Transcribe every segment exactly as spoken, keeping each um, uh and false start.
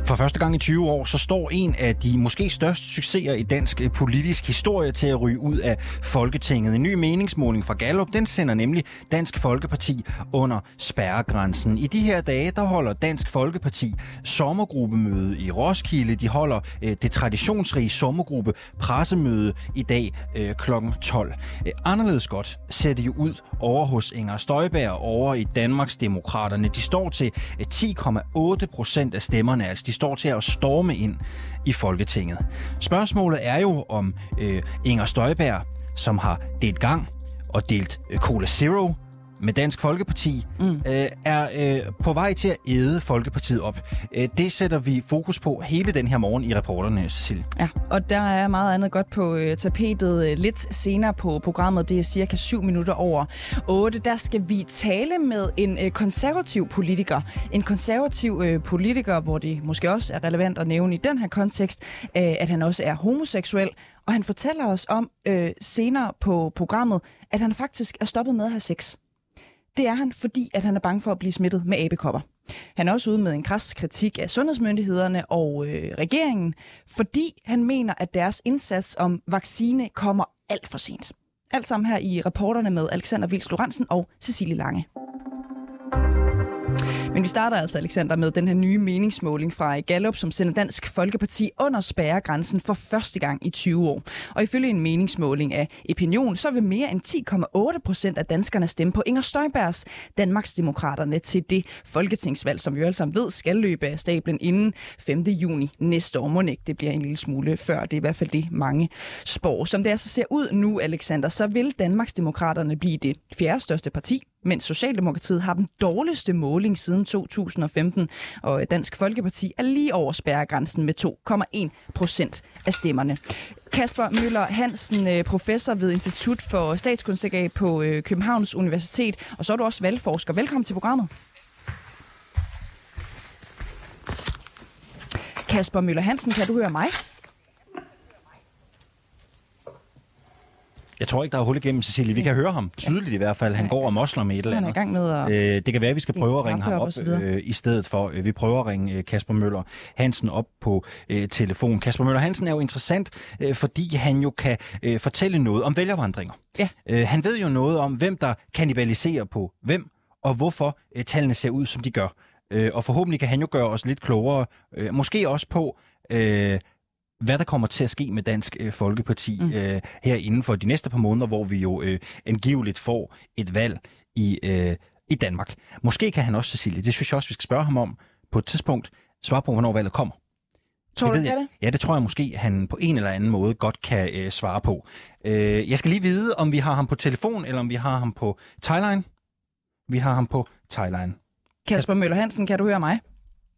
For første gang i tyve år, så står en af de måske største succeser i dansk politisk historie til at ryge ud af Folketinget. En ny meningsmåling fra Gallup, den sender nemlig Dansk Folkeparti under spærregrænsen. I de her dage, der holder Dansk Folkeparti sommergruppemøde i Roskilde. De holder øh, det traditionsrige sommergruppe pressemøde i dag øh, klokken tolv. Øh, anderledes godt ser det jo ud over hos Inger Støjberg over i Danmarksdemokraterne. De står til ti komma otte procent af stemmerne, altså de står til at storme ind i Folketinget. Spørgsmålet er jo om øh, Inger Støjberg, som har delt gang og delt øh, Cola Zero med Dansk Folkeparti, mm. øh, er øh, på vej til at æde Folkepartiet op. Øh, det sætter vi fokus på hele den her morgen i reporterne, Cecilie. Ja, og der er meget andet godt på øh, tapetet øh, lidt senere på programmet. Det er cirka syv minutter over otte. Der skal vi tale med en øh, konservativ politiker. En konservativ øh, politiker, hvor det måske også er relevant at nævne i den her kontekst, øh, at han også er homoseksuel. Og han fortæller os om øh, senere på programmet, at han faktisk er stoppet med at have sex. Det er han, fordi at han er bange for at blive smittet med abekopper. Han er også ude med en kras kritik af sundhedsmyndighederne og øh, regeringen, fordi han mener, at deres indsats om vaccine kommer alt for sent. Alt sammen her i reporterne med Alexander Vils Lorentzen og Cecilie Lange. Men vi starter altså, Alexander, med den her nye meningsmåling fra Gallup, som sender Dansk Folkeparti under spærregrænsen for første gang i tyve år. Og ifølge en meningsmåling af Opinion, så vil mere end ti komma otte procent af danskerne stemme på Inger Støjbergs Danmarksdemokraterne til det folketingsvalg, som vi jo alle sammen ved skal løbe af stablen inden femte juni næste år. Må ikke det bliver en lille smule før. Det er i hvert fald det, mange spår. Som det altså ser ud nu, Alexander, så vil Danmarksdemokraterne blive det fjerde største parti, mens Socialdemokratiet har den dårligste måling siden to tusind og femten, og Dansk Folkeparti er lige over spærregrænsen med to komma en procent af stemmerne. Kasper Møller Hansen, professor ved Institut for Statskundskab på Københavns Universitet, og så er du også valgforsker. Velkommen til programmet. Kasper Møller Hansen, kan du høre mig? Jeg tror ikke, der er hul igennem, Cecilie. Vi kan høre ham tydeligt i hvert fald. Han går og mosler med et eller andet. Han er i gang med at... Øh, det kan være, at vi skal prøve at ringe ham op øh, i stedet for. Vi prøver at ringe øh, Kasper Møller Hansen op på øh, telefon. Kasper Møller Hansen er jo interessant, øh, fordi han jo kan øh, fortælle noget om vælgervandringer. Ja. Øh, han ved jo noget om, hvem der kannibaliserer på hvem, og hvorfor øh, tallene ser ud, som de gør. Øh, og forhåbentlig kan han jo gøre os lidt klogere. Øh, måske også på... Øh, hvad der kommer til at ske med Dansk øh, Folkeparti mm. øh, her inden for de næste par måneder, hvor vi jo øh, angiveligt får et valg i, øh, i Danmark. Måske kan han også, Cecilie, det synes jeg også, vi skal spørge ham om på et tidspunkt, svare på, hvornår valget kommer. Tror du, det det? Ja, det tror jeg måske, han på en eller anden måde godt kan øh, svare på. Øh, jeg skal lige vide, om vi har ham på telefon, eller om vi har ham på Thailine. Vi har ham på Thailine. Kasper Møller Hansen, kan du høre mig?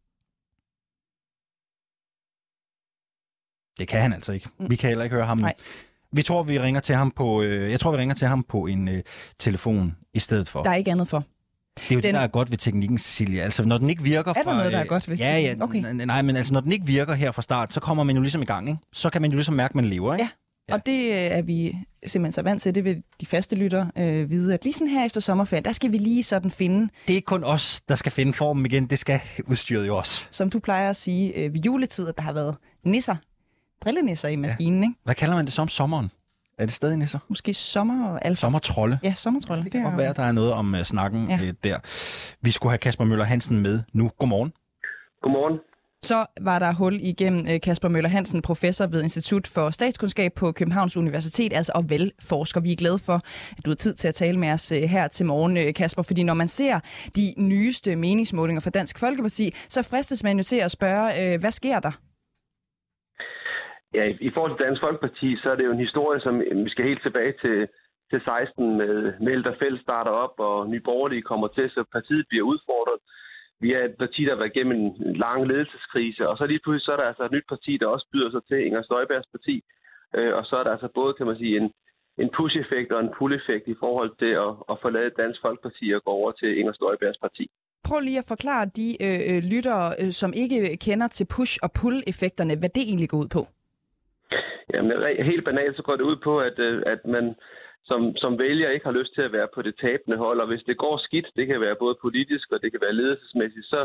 Det kan han altså ikke. Vi kan heller ikke høre ham nu. Nej. Vi tror, vi ringer til ham på. Øh, jeg tror, vi ringer til ham på en øh, telefon i stedet for. Der er ikke andet for. Det er jo den... det, der er godt ved teknikken, Cecilie. Altså, når den ikke virker fra... Er der noget, der er godt ved? Ja, ja. Okay. N- nej, men altså, når den ikke virker her fra start, så kommer man jo ligesom i gang, ikke? Så kan man jo ligesom mærke, at man lever, ikke? Ja. Ja. Og det er vi simpelthen så vant til. Det vil de faste lytter øh, vide, at lige sådan her efter sommerferien, der skal vi lige sådan finde... Det er ikke kun os, der skal finde formen igen. Det skal udstyret jo også. Som du plejer at sige øh, ved juletid, at der har været nisser. Drillenisser i maskinen, ja. Ikke? Hvad kalder man det som sommeren? Er det stadig nisser? Måske sommer og alfa. Sommertrolde. Ja, sommertrolde. Det kan godt være, at der er noget om uh, snakken ja. uh, der. Vi skulle have Kasper Møller Hansen med nu. Godmorgen. Godmorgen. Så var der hul igennem uh, Kasper Møller Hansen, professor ved Institut for Statskundskab på Københavns Universitet, altså og valgforsker. Vi er glade for, at du har tid til at tale med os uh, her til morgen, uh, Kasper, fordi når man ser de nyeste meningsmålinger fra Dansk Folkeparti, så fristes man jo til at spørge, uh, hvad sker der? Ja, i forhold til Dansk Folkeparti, så er det jo en historie, som vi skal helt tilbage til, til seksten med Meld og Fæld starter op, og Nye Borgerlige kommer til, så partiet bliver udfordret. Vi er et parti, der har været igennem en lang ledelseskrise, og så lige pludselig så er der altså et nyt parti, der også byder sig til Inger Støjbergs parti. Og så er der altså både, kan man sige, en, en push-effekt og en pull-effekt i forhold til at, at forlade Dansk Folkeparti og gå over til Inger Støjbergs parti. Prøv lige at forklare de øh, lyttere, øh, som ikke kender til push- og pull-effekterne, hvad det egentlig går ud på. Jamen, helt banalt så går det ud på, at, at man som, som vælger ikke har lyst til at være på det tabende hold, og hvis det går skidt, det kan være både politisk og det kan være ledelsesmæssigt, så,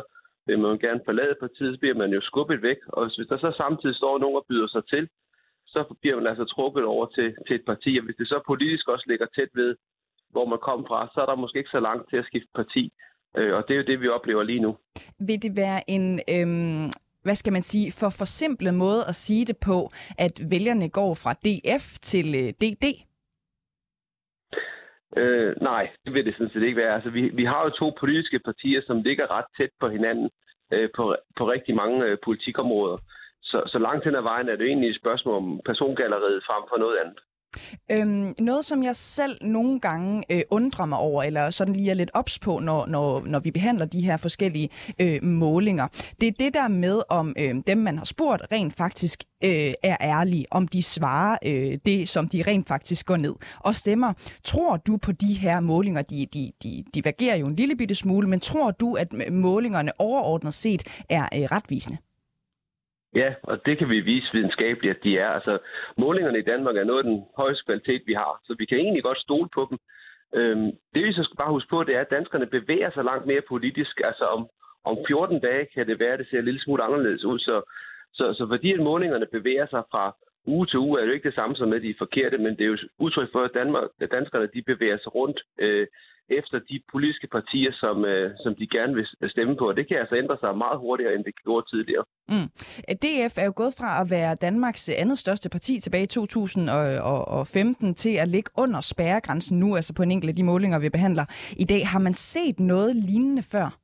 vil man gerne forlade partiet, så bliver man jo skubbet væk. Og hvis der så samtidig står nogen og byder sig til, så bliver man altså trukket over til, til et parti. Og hvis det så politisk også ligger tæt ved, hvor man kommer fra, så er der måske ikke så langt til at skifte parti. Og det er jo det, vi oplever lige nu. Vil det være en, øhm, hvad skal man sige, for forsimplet måde at sige det på, at vælgerne går fra D F til øh, D D? Øh, nej, det vil det sådan set ikke være. Altså, vi, vi har jo to politiske partier, som ligger ret tæt på hinanden øh, på, på rigtig mange øh, politikområder. Så, så langt hen ad vejen er det egentlig et spørgsmål om persongalleriet frem for noget andet. Øhm, noget, som jeg selv nogle gange øh, undrer mig over, eller sådan lige er lidt ops på, når, når, når vi behandler de her forskellige øh, målinger, det er det der med, om øh, dem, man har spurgt, rent faktisk øh, er ærlige, om de svarer øh, det, som de rent faktisk går ned og stemmer. Tror du på de her målinger, de, de, de divergerer jo en lille bitte smule, men tror du, at målingerne overordnet set er øh, retvisende? Ja, og det kan vi vise videnskabeligt, at de er. Altså, målingerne i Danmark er noget af den højeste kvalitet, vi har, så vi kan egentlig godt stole på dem. Øhm, det vi så skal bare huske på, det er, at danskerne bevæger sig langt mere politisk. Altså om, om fjorten dage kan det være, at det ser en lille smule anderledes ud. Så, så, så fordi at målingerne bevæger sig fra uge til uge, er det jo ikke det samme som at de er forkerte, men det er jo udtryk for, at, Danmark, at danskerne de bevæger sig rundt øh, efter de politiske partier, som, øh, som de gerne vil stemme på. Og det kan altså ændre sig meget hurtigere, end det gjorde tidligere. Mm. D F er jo gået fra at være Danmarks andet største parti tilbage i to tusind og femten til at ligge under spærregrænsen nu, altså på en enkelt af de målinger, vi behandler i dag. Har man set noget lignende før?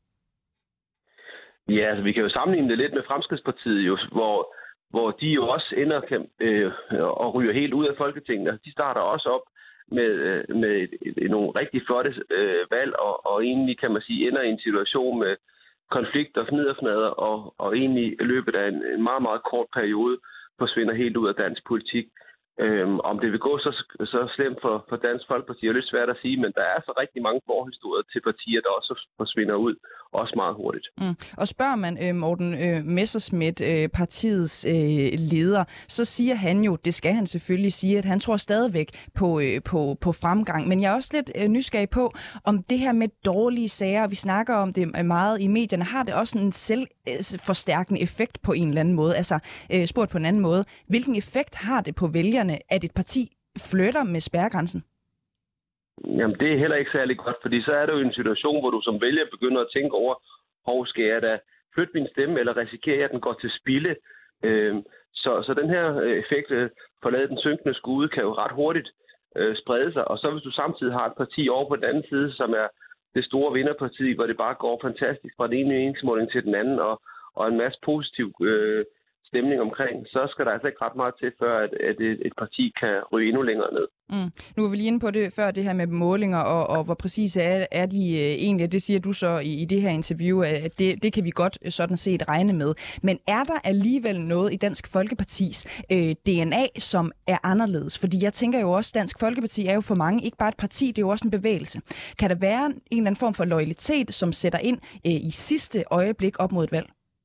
Ja, altså vi kan jo sammenligne det lidt med Fremskridtspartiet, jo, hvor, hvor de jo også ender kan, øh, og ryger helt ud af Folketinget. De starter også op med, med et, et, nogle rigtig flotte øh, valg, og, og egentlig kan man sige, ender i en situation med konflikter, fniderfnader, og, og egentlig i løbet af en, en meget, meget kort periode forsvinder helt ud af dansk politik. Øhm, om det vil gå så, så slemt for, for Dansk Folkeparti er lidt svært at sige, men der er så rigtig mange forhistorier til partier, der også forsvinder ud, også meget hurtigt. Mm. Og spørger man øh, Morten øh, Messerschmidt, øh, partiets øh, leder, så siger han jo, det skal han selvfølgelig sige, at han tror stadigvæk på, øh, på, på fremgang. Men jeg er også lidt øh, nysgerrig på, om det her med dårlige sager, vi snakker om det meget i medierne, har det også en selvforstærkende effekt på en eller anden måde? Altså øh, spurgt på en anden måde, hvilken effekt har det på vælgerne, at et parti flytter med spærregrænsen? Jamen, det er heller ikke særlig godt, fordi så er det jo en situation, hvor du som vælger begynder at tænke over, hvor skal jeg da flytte min stemme, eller risikerer jeg, at den går til spilde? Øh, så, så den her effekt, øh, forlade den synkende skude, kan jo ret hurtigt øh, sprede sig. Og så hvis du samtidig har et parti over på den anden side, som er det store vinderparti, hvor det bare går fantastisk fra den ene meningsmåling til den anden, og, og en masse positiv øh, stemning omkring, så skal der altså ikke ret meget til, før at, at et parti kan ryge endnu længere ned. Mm. Nu er vi lige inde på det før, det her med målinger, og, og hvor præcis er, er de øh, egentlig, det siger du så i, i det her interview, at det, det kan vi godt sådan set regne med. Men er der alligevel noget i Dansk Folkepartis øh, D N A, som er anderledes? Fordi jeg tænker jo også, Dansk Folkeparti er jo for mange ikke bare et parti, det er jo også en bevægelse. Kan der være en eller anden form for loyalitet, som sætter ind øh, i sidste øjeblik op mod et valg?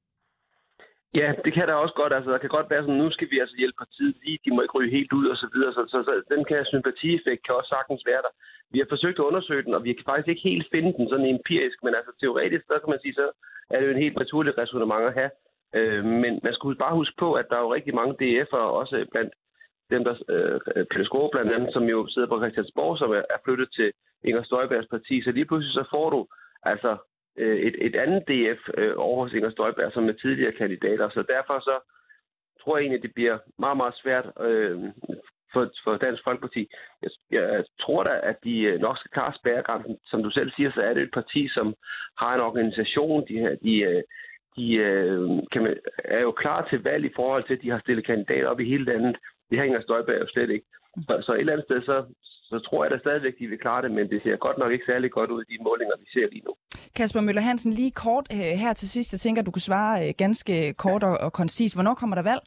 Ja, det kan der også godt. Altså, der kan godt være sådan, nu skal vi altså hjælpe partiet lige, de må ikke ryge helt ud og så videre. Så, så, så den kan sympatieffekt kan også sagtens være der. Vi har forsøgt at undersøge den, og vi kan faktisk ikke helt finde den sådan empirisk, men altså teoretisk, så kan man sige, så er det jo en helt naturlig ræsonnement at have. Øh, men man skal bare huske på, at der er jo rigtig mange D F'ere, også blandt dem, der øh, Peter Skaarup blandt andet, som jo sidder på Christiansborg, som er, er flyttet til Inger Støjbergs parti. Så lige pludselig så får du altså Et, et andet D F øh, over hos Inger Støjberg, som er tidligere kandidater. Så derfor så tror jeg egentlig, at det bliver meget, meget svært øh, for, for Dansk Folkeparti. Jeg, jeg tror da, at de nok skal klare spærregrænsen. Som du selv siger, så er det et parti, som har en organisation. De, de, de kan man, er jo klar til valg i forhold til, at de har stillet kandidater op i hele landet. Det har Inger Støjberg jo slet ikke. Så, så et eller andet sted, så så tror jeg da stadigvæk, de vil klare det, men det ser godt nok ikke særlig godt ud i de målinger, vi ser lige nu. Kasper Møller Hansen, lige kort her til sidst. Jeg tænker, at du kan svare ganske kort og koncis. Hvornår kommer der valg?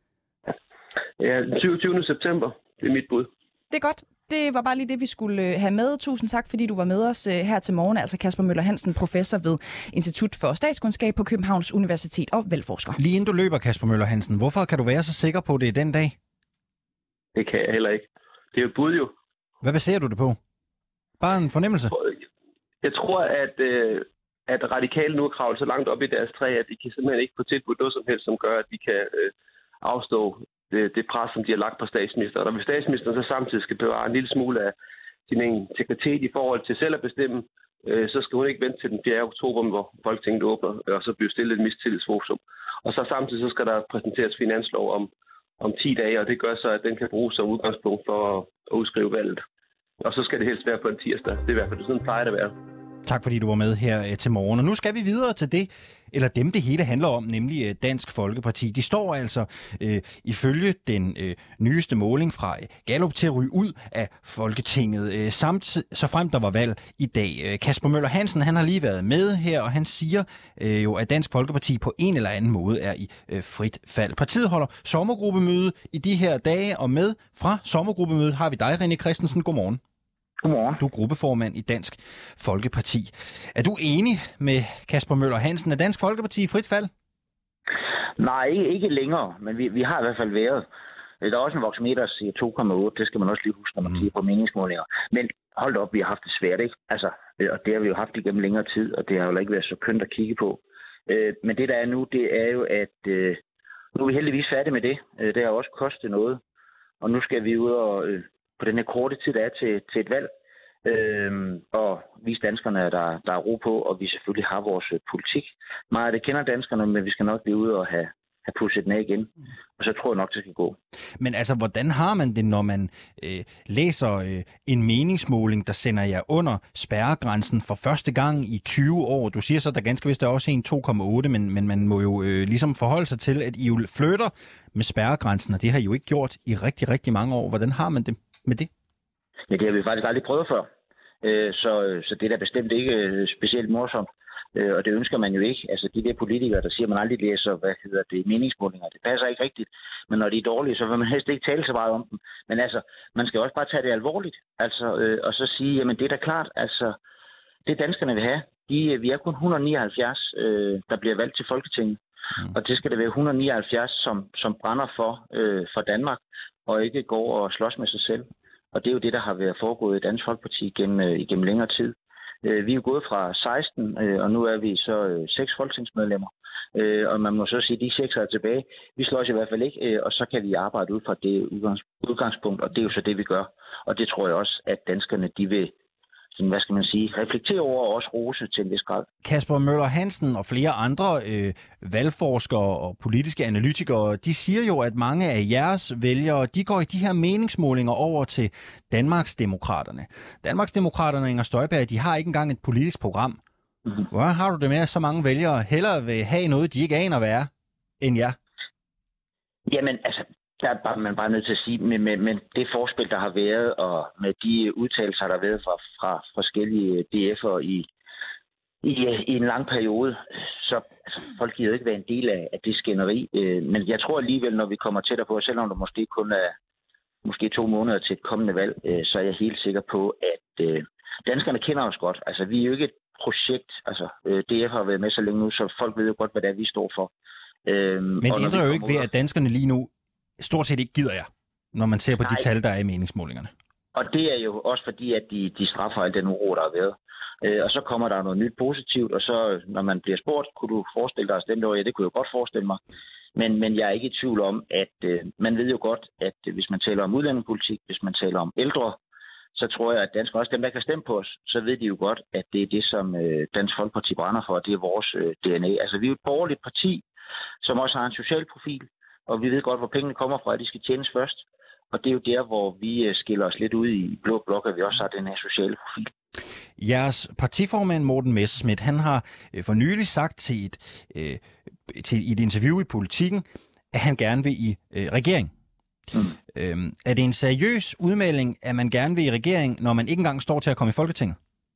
Ja, den syvogtyvende september. Det er mit bud. Det er godt. Det var bare lige det, vi skulle have med. Tusind tak, fordi du var med os her til morgen. Altså Kasper Møller Hansen, professor ved Institut for Statskundskab på Københavns Universitet og valgforsker. Lige inden du løber, Kasper Møller Hansen, hvorfor kan du være så sikker på, det er den dag? Det kan jeg heller ikke. Det er jo bud jo. Hvad baserer du det på? Bare en fornemmelse? Jeg tror, at, at radikale nu er kravlet så langt op i deres træ, at de kan simpelthen ikke få tilbudt noget som helst, som gør, at de kan øh, afstå det, det pres, som de har lagt på statsministeren. Og hvis statsministeren så samtidig skal bevare en lille smule af sin integritet i forhold til selv at bestemme, øh, så skal hun ikke vente til den fjerde oktober, hvor Folketinget åbner, og så bliver stillet et mistillidsvotum. Og så samtidig så skal der præsenteres finanslov om, om ti dage, og det gør så, at den kan bruges som udgangspunkt for at, at udskrive valget. Og så skal det helst være på en tirsdag. Det er i hvert fald sådan plejer det at være. Tak fordi du var med her til morgen. Og nu skal vi videre til det, eller dem det hele handler om, nemlig Dansk Folkeparti. De står altså øh, ifølge den øh, nyeste måling fra Gallup til at ryge ud af Folketinget, øh, samtidig, så frem der var valg i dag. Kasper Møller Hansen, han har lige været med her, og han siger øh, jo, at Dansk Folkeparti på en eller anden måde er i øh, frit fald. Partiet holder sommergruppemøde i de her dage, og med fra sommergruppemødet har vi dig, René Christensen. Godmorgen. Godmorgen. Du er gruppeformand i Dansk Folkeparti. Er du enig med Kasper Møller Hansen? Er Dansk Folkeparti i frit fald? Nej, ikke, ikke længere, men vi, vi har i hvert fald været. Der er også en voksmeter, der siger to komma otte. Det skal man også lige huske, når man kigger på meningsmålinger. Men hold op, vi har haft det svært, ikke? Altså, og det har vi jo haft igennem længere tid, og det har jo ikke været så kønt at kigge på. Men det, der er nu, det er jo, at nu er vi heldigvis færdige med det. Det har også kostet noget. Og nu skal vi ud og på den her korte tid, der er til, til et valg, øhm, og vise danskerne, at der, der er ro på, og vi selvfølgelig har vores øh, politik. Meget af det kender danskerne, men vi skal nok blive ude og have, have pusset den af igen. Og så tror jeg nok, det skal gå. Men altså, hvordan har man det, når man øh, læser øh, en meningsmåling, der sender jer under spærregrænsen for første gang i tyve år? Du siger så, at der ganske vist er også en to komma otte, men, men man må jo øh, ligesom forholde sig til, at I jo flytter med spærregrænsen, og det har I jo ikke gjort i rigtig, rigtig mange år. Hvordan har man det med det? Ja, det har vi faktisk aldrig prøvet før. Øh, så, så det er da bestemt ikke specielt morsomt. Øh, og det ønsker man jo ikke. Altså de der politikere, der siger, at man aldrig læser, hvad hedder det, meningsmålinger, det passer ikke rigtigt. Men når de er dårlige, så vil man helst ikke tale så meget om dem. Men altså, man skal også bare tage det alvorligt. Altså, øh, og så sige, jamen det er da klart, altså, det danskerne vil have. De, vi er kun et hundrede og nioghalvfjerds, øh, der bliver valgt til Folketinget. Mm. Og det skal det være et hundrede og nioghalvfjerds, som, som brænder for, øh, for Danmark, og ikke går og slås med sig selv. Og det er jo det, der har været foregået i Dansk Folkeparti gennem, øh, igennem længere tid. Øh, vi er jo gået fra seksten, øh, og nu er vi så øh, seks folketingsmedlemmer. Øh, og man må så sige, at de seks er tilbage. Vi slår os i hvert fald ikke, øh, og så kan vi arbejde ud fra det udgangs, udgangspunkt, og det er jo så det, vi gør. Og det tror jeg også, at danskerne, de vil, sådan, hvad skal man sige, reflektere over og også rose til en vis grad. Kasper Møller Hansen og flere andre øh, valgforskere og politiske analytikere, de siger jo, at mange af jeres vælgere, de går i de her meningsmålinger over til Danmarksdemokraterne. Danmarksdemokraterne, Inger Støjberg, de har ikke engang et politisk program. Mm-hmm. Hvordan har du det med, at så mange vælgere hellere vil have noget, de ikke aner, hvad er, end jer? Jamen, altså, der er bare, man er bare nødt til at sige, med, med, med det forspil, der har været, og med de udtalelser, der har været fra, fra forskellige D F'ere i, i, i en lang periode, så altså, folk gider ikke være en del af, af det skænderi. Men jeg tror alligevel, når vi kommer tættere på, selvom der måske kun er måske to måneder til et kommende valg, så er jeg helt sikker på, at øh, danskerne kender os godt. Altså, vi er jo ikke et projekt. Altså, D F har været med så længe nu, så folk ved jo godt, hvad det er, vi står for. Øhm, Men det ændrer jo ikke ved, at danskerne lige nu stort set ikke gider jer, når man ser på Nej. de tal, der er i meningsmålingerne. Og det er jo også fordi, at de, de straffer al den uro, der har været. Øh, og så kommer der noget nyt positivt, og så når man bliver spurgt, kunne du forestille dig at stemme over? Ja, det kunne jeg godt forestille mig. Men, men jeg er ikke i tvivl om, at øh, man ved jo godt, at øh, hvis man taler om udlændingepolitik, hvis man taler om ældre, så tror jeg, at danskere, også dem, der kan stemme på os, så ved de jo godt, at det er det, som øh, Dansk Folkeparti brænder for, og det er vores øh, D N A. Altså, vi er et borgerligt parti, som også har en social profil, og vi ved godt, hvor pengene kommer fra, at de skal tjenes først. Og det er jo der, hvor vi skiller os lidt ud i blå blok, at vi også har den her sociale profil. Jeres partiformand Morten Messerschmidt, han har for nylig sagt til et, øh, til et interview i Politikken, at han gerne vil i øh, regering. Mm. Øhm, er det en seriøs udmelding, at man gerne vil i regering, når man ikke engang står til at komme i Folketinget?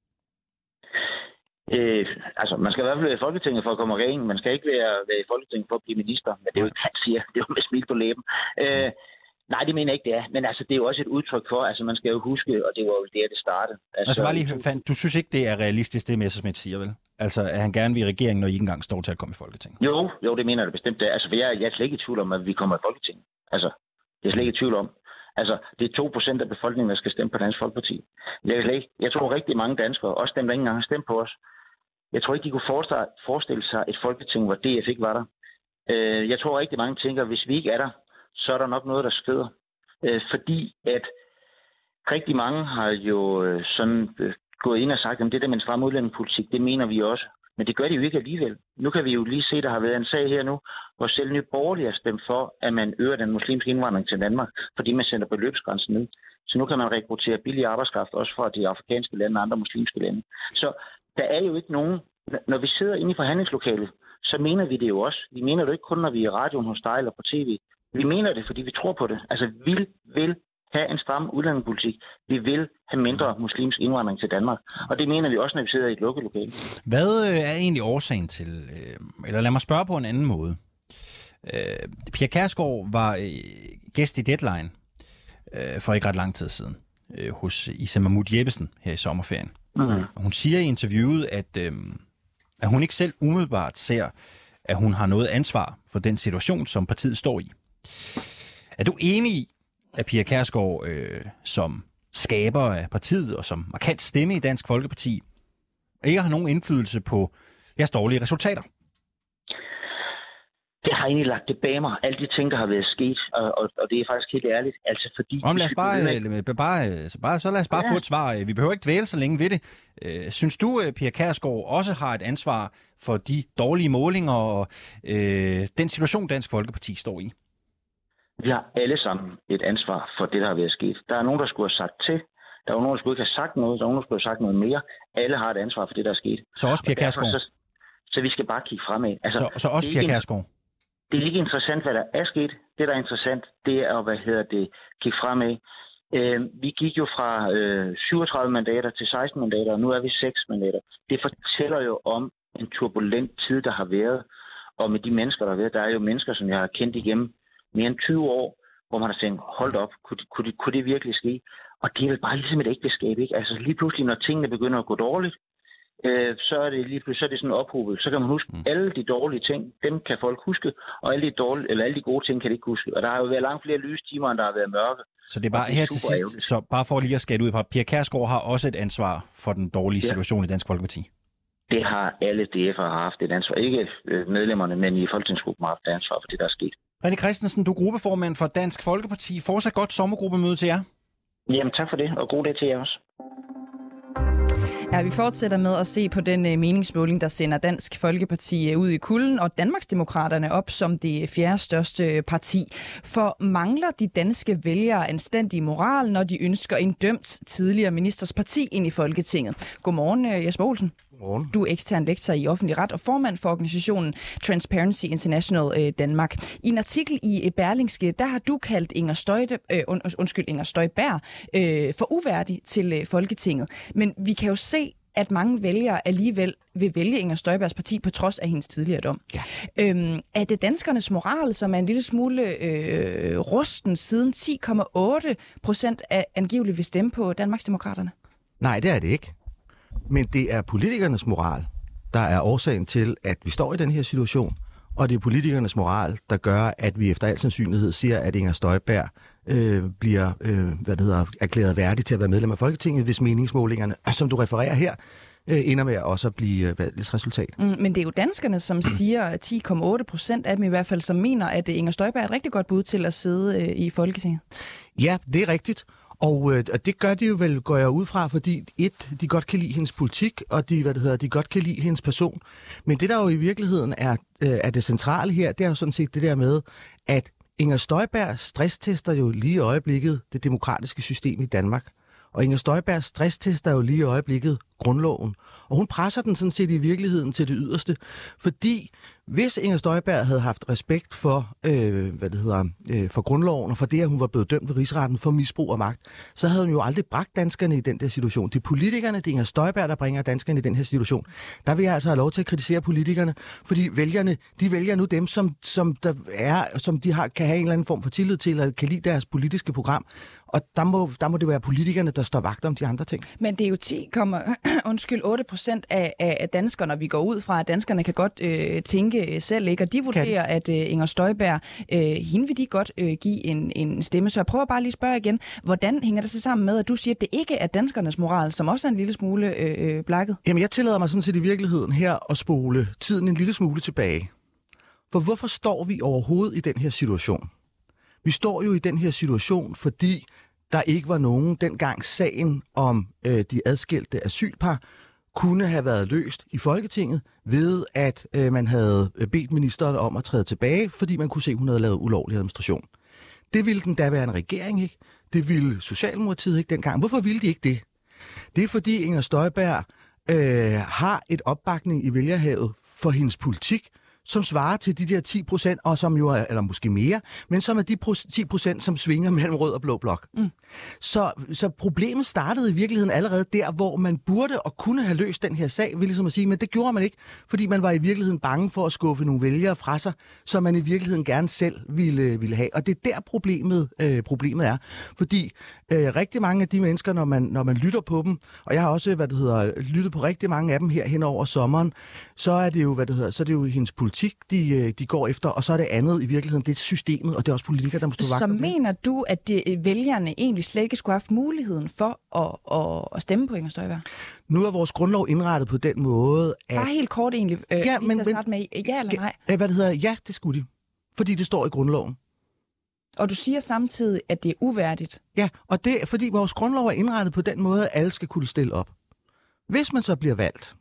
Øh, altså, man skal i hvert fald være i Folketinget for at komme i regering. Man skal ikke være, være i Folketinget for at blive minister. Men det er jo ikke, han siger. Det er jo med smil på læben. Øh, nej, det mener jeg ikke, det er. Men altså, det er jo også et udtryk for, altså man skal jo huske, og det var jo der, det startede. Altså, altså bare lige, fan, du synes ikke, det er realistisk, det Messerschmidt siger, vel? Altså, at han gerne vil i regeringen, når I ikke engang står til at komme i Folketinget? Jo, jo, det mener jeg bestemt. Det. Altså, for jeg, jeg er slet ikke i tvivl om, at vi kommer i Folketinget. Altså, det er slet ikke i tvivl om. Altså, det er to procent af befolkningen, der skal stemme på Dansk Folkeparti. Jeg, ikke, jeg tror rigtig mange danskere, også dem, der ikke engang har stemt på os, Jeg tror ikke, de kunne forestille sig et folketing, hvor D F ikke var der. Jeg tror rigtig mange tænker, at hvis vi ikke er der, så er der nok noget, der skrider. Fordi at rigtig mange har jo sådan gået ind og sagt, at det der med en stram udlændingepolitik, det mener vi også. Men det gør de jo ikke alligevel. Nu kan vi jo lige se, at der har været en sag her nu, hvor selv Nye Borgerlige har stemt for, at man øger den muslimske indvandring til Danmark, fordi man sender beløbsgrænsen ned. Så nu kan man rekruttere billig arbejdskraft også fra de afrikanske lande og andre muslimske lande. Så der er jo ikke nogen, når vi sidder inde i forhandlingslokalet, så mener vi det jo også. Vi mener det ikke kun, når vi er i radioen hos dig eller på tv. Vi mener det, fordi vi tror på det. Altså, vi vil have en stram udlændingepolitik. Vi vil have mindre muslimsk indvandring til Danmark. Og det mener vi også, når vi sidder i et lukket lokale. Hvad er egentlig årsagen til, eller lad mig spørge på en anden måde. Pia Kjærsgaard var gæst i Deadline for ikke ret lang tid siden hos Issa Mahmoud Jeppesen her i sommerferien. Mm. Hun siger i interviewet, at, at hun ikke selv umiddelbart ser, at hun har noget ansvar for den situation, som partiet står i. Er du enig i, at Pia Kjærsgaard øh, som skaber af partiet og som markant stemme i Dansk Folkeparti ikke har nogen indflydelse på jeres dårlige resultater? Det har egentlig lagt det bag mig. Alle de ting, der har været sket, og, og, og det er faktisk helt ærligt. Altså fordi... Om, lad os bare, med... bare, så, bare, så lad os bare ja. få et svar. Vi behøver ikke dvæle så længe ved det. Synes du, Pia Kjærsgaard også har et ansvar for de dårlige målinger og øh, den situation, Dansk Folkeparti står i? Vi har alle sammen et ansvar for det, der har været sket. Der er nogen, der skulle have sagt til. Der er nogen, der skulle ikke have sagt noget. Der er nogen, der skulle have sagt noget mere. Alle har et ansvar for det, der er sket. Så også Pia Kjærsgaard? Så, så vi skal bare kigge fremad. Altså, så, så også Pia Kjærsgaard? Det er ikke interessant, hvad der er sket. Det, der er interessant, det er, hvad hedder det, kigge fremad. Øh, vi gik jo fra øh, syvogtredive mandater til seksten mandater, og nu er vi seks mandater. Det fortæller jo om en turbulent tid, der har været. Og med de mennesker, der har været, der er jo mennesker, som jeg har kendt igennem mere end tyve år, hvor man har tænkt, hold op, kunne det, kunne, det, kunne det virkelig ske? Og det er vel bare ligesom et ægteskab, ikke? Altså lige pludselig, når tingene begynder at gå dårligt, øh, så er det lige pludselig så er det sådan ophobet. Så kan man huske, mm. alle de dårlige ting, dem kan folk huske, og alle de, dårlige, eller alle de gode ting kan de ikke huske. Og der har jo været langt flere lyse timer, end der har været mørke. Så det er bare det er her til sidst, ærgerligt. Så bare for lige at skære ud på, Pia Kjærsgaard har også et ansvar for den dårlige ja. situation i Dansk Folkeparti. Det har alle D F'ere haft et ansvar. Ikke medlemmerne, men i folketingsgruppen har haft et ansvar for det, der er sket. René Christensen, du er gruppeformand for Dansk Folkeparti. Fortsat godt sommergruppemøde til jer. Jamen tak for det, og god dag til jer også. Ja, vi fortsætter med at se på den meningsmåling, der sender Dansk Folkeparti ud i kulden, og Danmarksdemokraterne op som det fjerde største parti. For mangler de danske vælgere anstændig moral, når de ønsker en dømt tidligere ministers parti ind i Folketinget? Godmorgen, Jesper Olsen. Godmorgen. Du er ekstern lektor i offentlig ret og formand for organisationen Transparency International Danmark. I en artikel i Berlingske, der har du kaldt Inger Støjde, øh, undskyld, Inger Støjberg øh, for uværdig til øh, Folketinget. Men vi kan jo se, at mange vælgere alligevel vil vælge Inger Støjbergs parti på trods af hendes tidligere dom. Ja. Øhm, er det danskernes moral, som er en lille smule øh, rusten siden ti komma otte procent af angiveligt vil stemme på Danmarksdemokraterne? Nej, det er det ikke. Men det er politikernes moral, der er årsagen til, at vi står i den her situation, og det er politikernes moral, der gør, at vi efter al sandsynlighed siger, at Inger Støjberg øh, bliver øh, hvad det hedder, erklæret værdig til at være medlem af Folketinget, hvis meningsmålingerne, som du refererer her, øh, ender med også at blive øh, valgets resultat. Mm, men det er jo danskerne, som siger, at ti komma otte procent af dem i hvert fald, som mener, at Inger Støjberg er et rigtig godt bud til at sidde øh, i Folketinget. Ja, det er rigtigt. Og øh, det gør de jo vel, går jeg ud fra, fordi et, de godt kan lide hendes politik, og de, hvad det hedder, de godt kan lide hendes person. Men det, der jo i virkeligheden er, øh, er det centrale her, det er jo sådan set det der med, at Inger Støjberg stresstester jo lige i øjeblikket det demokratiske system i Danmark. Og Inger Støjberg stresstester jo lige i øjeblikket grundloven. Og hun presser den sådan set i virkeligheden til det yderste, fordi hvis Inger Støjberg havde haft respekt for, øh, hvad det hedder, øh, for grundloven og for det, at hun var blevet dømt ved rigsretten for misbrug af magt, så havde hun jo aldrig bragt danskerne i den der situation. Det er politikerne, det er Inger Støjberg, der bringer danskerne i den her situation. Der vil jeg altså have lov til at kritisere politikerne, fordi vælgerne, de vælger nu dem, som, som, der er, som de har, kan have en eller anden form for tillid til, eller kan lide deres politiske program. Og der må, der må det være politikerne, der står vagt om de andre ting. Men det er jo ti komma undskyld, otte procent af, af danskerne, når vi går ud fra, at danskerne kan godt øh, tænke selv, ikke? Og de vurderer, at øh, Inger Støjberg, øh, hende vil de godt øh, give en, en stemme. Så jeg prøver bare lige at spørge igen, hvordan hænger det så sammen med, at du siger, at det ikke er danskernes moral, som også er en lille smule øh, blakket? Jamen, jeg tillader mig sådan set i virkeligheden her at spole tiden en lille smule tilbage. For hvorfor står vi overhovedet i den her situation? Vi står jo i den her situation, fordi der ikke var nogen dengang sagen om øh, de adskilte asylpar kunne have været løst i Folketinget ved, at øh, man havde bedt ministeren om at træde tilbage, fordi man kunne se, at hun havde lavet ulovlig administration. Det ville den daværende regering ikke. Det ville Socialdemokratiet ikke dengang. Hvorfor ville de ikke det? Det er fordi Inger Støjberg øh, har et opbakning i vælgerhavet for hendes politik, som svarer til de der ti procent, og som jo er, eller måske mere, men som er de ti procent, som svinger mellem rød og blå blok. Mm. Så, så problemet startede i virkeligheden allerede der, hvor man burde og kunne have løst den her sag, vil ligesom at sige, men det gjorde man ikke, fordi man var i virkeligheden bange for at skuffe nogle vælgere fra sig, som man i virkeligheden gerne selv ville, ville have. Og det er der problemet, øh, problemet er. Fordi øh, rigtig mange af de mennesker, når man, når man lytter på dem, og jeg har også hvad det hedder, lyttet på rigtig mange af dem her hen over sommeren, så er det jo, hvad det hedder, så er det jo hendes politik, De, de går efter, og så er det andet i virkeligheden, det er systemet, og det er også politikere, der må stå vagt. Så mener du, at de, vælgerne egentlig slet ikke skulle have haft muligheden for at, at, at stemme på Inger Støjberg? Nu er vores grundlov indrettet på den måde, at... Bare helt kort egentlig, øh, ja, lige men, til at starte med, ja eller nej? Ja, hvad det hedder, ja, det skulle de. Fordi det står i grundloven. Og du siger samtidig, at det er uværdigt? Ja, og det er, fordi vores grundlov er indrettet på den måde, at alle skal kunne stille op. Hvis man så bliver valgt,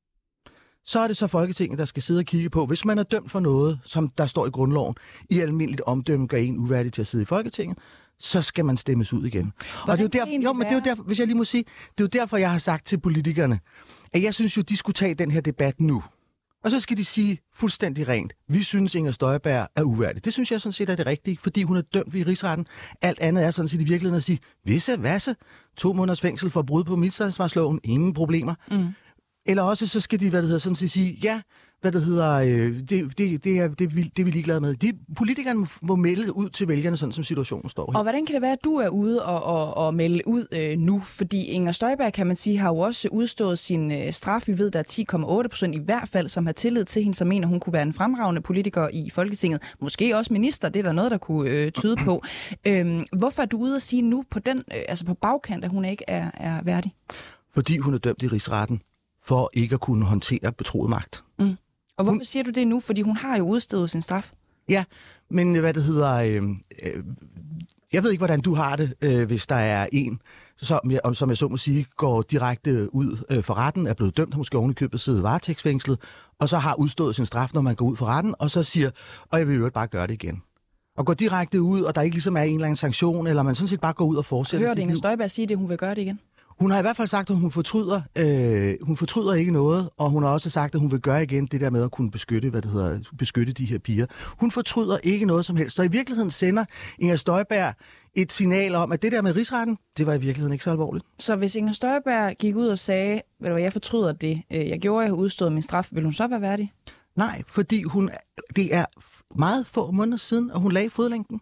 så er det så Folketinget, der skal sidde og kigge på, hvis man er dømt for noget, som der står i grundloven, i almindeligt omdømme gør en uværdig til at sidde i Folketinget, så skal man stemmes ud igen. Hvordan og det er jo derfor, jo, men det er jo derfor, hvis jeg lige må sige, det er jo derfor, jeg har sagt til politikerne, at jeg synes jo, de skulle tage den her debat nu. Og så skal de sige fuldstændig rent, vi synes, Inger Støjberg er uværdig. Det synes jeg sådan set er det rigtige, fordi hun er dømt ved rigsretten. Alt andet er sådan set i virkeligheden at sige, visse, vasse, to måneders fængsel for brud på ministeransvarsloven, ingen problemer. Mm. Eller også så skal de, hvad det hedder, sådan sige, ja, hvad det hedder, øh, det, det, det, er, det, det er vi ligeglade med. De politikerne må, må melde ud til vælgerne, sådan som situationen står her. Og hvordan kan det være, at du er ude og, og, og melde ud øh, nu? Fordi Inger Støjberg, kan man sige, har jo også udstået sin øh, straf. Vi ved, der er ti komma otte procent i hvert fald, som har tillid til hende, som mener, hun kunne være en fremragende politiker i Folketinget. Måske også minister, det er der noget, der kunne øh, tyde på. Øhm, hvorfor er du ude at sige nu på, den, øh, altså på bagkant, at hun ikke er, er værdig? Fordi hun er dømt i rigsretten for ikke at kunne håndtere betroet magt. Mm. Og hvorfor hun... siger du det nu? Fordi hun har jo udstået sin straf. Ja, men hvad det hedder... Øh, øh, jeg ved ikke, hvordan du har det, øh, hvis der er en, som jeg, som jeg så må sige, går direkte ud øh, for retten, er blevet dømt, har måske ovenikøbet siddet varetægtsfængslet, og så har udstået sin straf, når man går ud for retten, og så siger, og jeg vil jo bare gøre det igen. Og går direkte ud, og der ikke ligesom er en eller anden sanktion, eller man sådan set bare går ud og fortsætter. Hørte Inger Støjberg sige det, hun vil gøre det igen? Hun har i hvert fald sagt, at hun fortryder, øh, hun fortryder ikke noget, og hun har også sagt, at hun vil gøre igen det der med at kunne beskytte, hvad det hedder, beskytte de her piger. Hun fortryder ikke noget som helst. Så i virkeligheden sender Inger Støjberg et signal om, at det der med rigsretten, det var i virkeligheden ikke så alvorligt. Så hvis Inger Støjberg gik ud og sagde, ved du hvad, jeg fortryder det, jeg gjorde, jeg har udstået min straf, vil hun så være værdig? Nej, fordi hun, det er meget få måneder siden, at hun lagde fodlænken.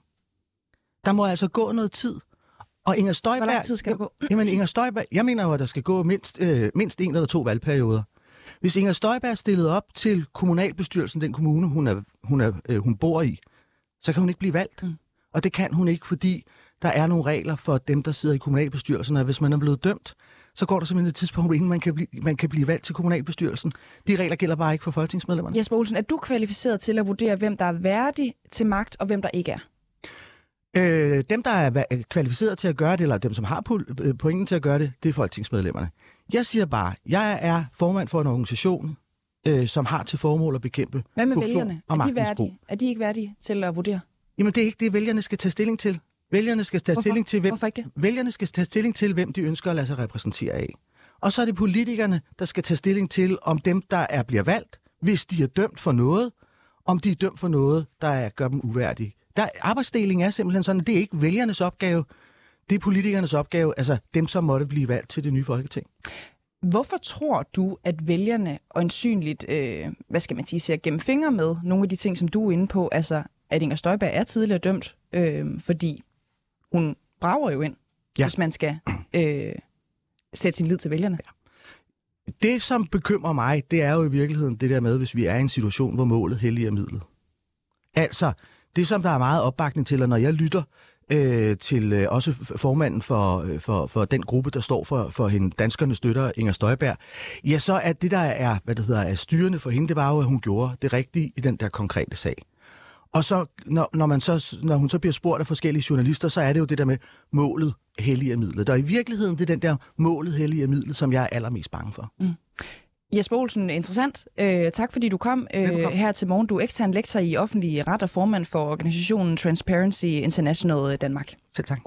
Der må altså gå noget tid. Og Inger Støjberg, hvor lang tid skal der gå? Jamen, Inger Støjberg, jeg mener jo, at der skal gå mindst, øh, mindst en eller to valgperioder. Hvis Inger Støjberg er stillet op til kommunalbestyrelsen, den kommune, hun, er, hun, er, øh, hun bor i, så kan hun ikke blive valgt. Mm. Og det kan hun ikke, fordi der er nogle regler for dem, der sidder i kommunalbestyrelsen, og hvis man er blevet dømt, så går der simpelthen et tidspunkt, inden man kan, blive, man kan blive valgt til kommunalbestyrelsen. De regler gælder bare ikke for folketingsmedlemmerne. Jesper Olsen, er du kvalificeret til at vurdere, hvem der er værdig til magt, og hvem der ikke er? Øh, dem, der er kvalificeret til at gøre det, eller dem, som har pointen til at gøre det, det er folketingsmedlemmerne. Jeg siger bare, jeg er formand for en organisation, øh, som har til formål at bekæmpe hvad med vælgerne? Er de, værdige? er de ikke værdige til at vurdere? Jamen, det er ikke det, vælgerne skal tage stilling til. Vælgerne skal tage Hvorfor? stilling til, hvem, Hvorfor ikke det? Vælgerne skal tage stilling til, hvem de ønsker at lade sig repræsentere af. Og så er det politikerne, der skal tage stilling til, om dem, der er bliver valgt, hvis de er dømt for noget, om de er dømt for noget, der er, gør dem uværdige. Der, arbejdsdeling er simpelthen sådan, at det er ikke vælgernes opgave, det er politikernes opgave, altså dem, som måtte blive valgt til det nye Folketing. Hvorfor tror du, at vælgerne øjensynligt, øh, hvad skal man sige, ser gennem fingre med nogle af de ting, som du er inde på, altså at Inger Støjberg er tidligere dømt, øh, fordi hun brager jo ind, ja. Hvis man skal øh, sætte sin lid til vælgerne? Det, som bekymrer mig, det er jo i virkeligheden det der med, hvis vi er i en situation, hvor målet helliger midlet. Altså, det som der er meget opbakning til, og når jeg lytter øh, til øh, også formanden for, for, for den gruppe, der står for, for hende, danskernes støtter, Inger Støjberg, ja, så er det, der er, hvad det hedder, er styrende for hende, det var jo, at hun gjorde det rigtige i den der konkrete sag. Og så når, når, man så, når hun så bliver spurgt af forskellige journalister, så er det jo det der med målet helliger midlet. Og i virkeligheden, det er den der målet helliger midlet, som jeg er allermest bange for. Mm. Jesper Olsen, interessant. Øh, tak fordi du kom øh, her til morgen. Du er ekstern lektor i offentlig ret og formand for organisationen Transparency International Danmark. Selv tak.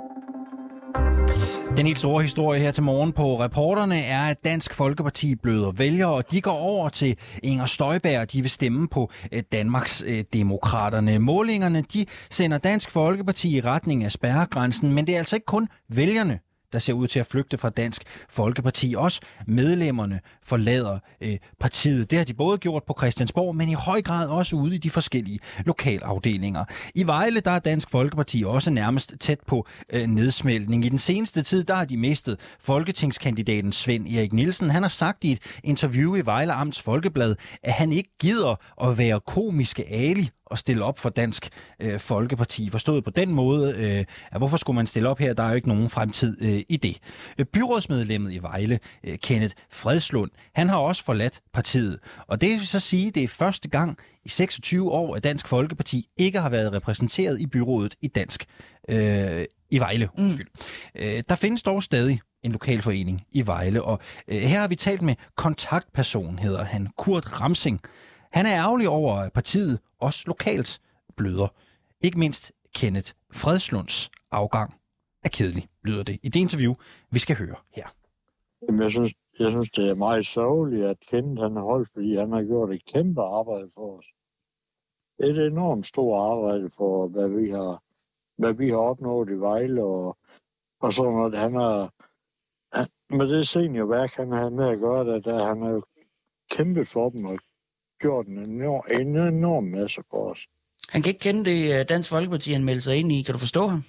Den helt store historie her til morgen på Reporterne er, at Dansk Folkeparti bløder vælgere, og de går over til Inger Støjberg, og de vil stemme på Danmarks Demokraterne. Målingerne, de sender Dansk Folkeparti i retning af spærregrænsen, men det er altså ikke kun vælgerne, der ser ud til at flygte fra Dansk Folkeparti. Også medlemmerne forlader øh, partiet. Det har de både gjort på Christiansborg, men i høj grad også ude i de forskellige lokalafdelinger. I Vejle, der er Dansk Folkeparti også nærmest tæt på øh, nedsmeltning. I den seneste tid, der har de mistet folketingskandidaten Svend Erik Nielsen. Han har sagt i et interview i Vejle Amts Folkeblad, at han ikke gider at være komiske Ali og stille op for Dansk øh, Folkeparti. Forstået på den måde, øh, at hvorfor skulle man stille op her? Der er jo ikke nogen fremtid øh, i det. Byrådsmedlemmet i Vejle, øh, Kenneth Fredslund, han har også forladt partiet. Og det vil så sige, at det er første gang i seksogtyve år, at Dansk Folkeparti ikke har været repræsenteret i byrådet i Dansk øh, i Vejle. Undskyld. Mm. Øh, der findes dog stadig en lokalforening i Vejle, og øh, her har vi talt med kontaktperson, hedder han, Kurt Ramsing. Han er ærgerlig over, at partiet også lokalt bløder. Ikke mindst Kenneth Fredslunds afgang er kedelig, lyder det i det interview, vi skal høre her. Jamen, jeg synes, jeg synes, det er meget sørgeligt, at Kenneth han har holdt, fordi han har gjort et kæmpe arbejde for os. Et enormt stort arbejde for, hvad vi har, hvad vi har opnået i Vejle, og, og sådan noget. Han har, han, med det seniorværk, han har med at gøre det, der han har jo kæmpet for dem og gjort en enorm, en enorm masse for os. Han kan ikke kende det Dansk Folkeparti, han meldte sig ind i. Kan du forstå ham?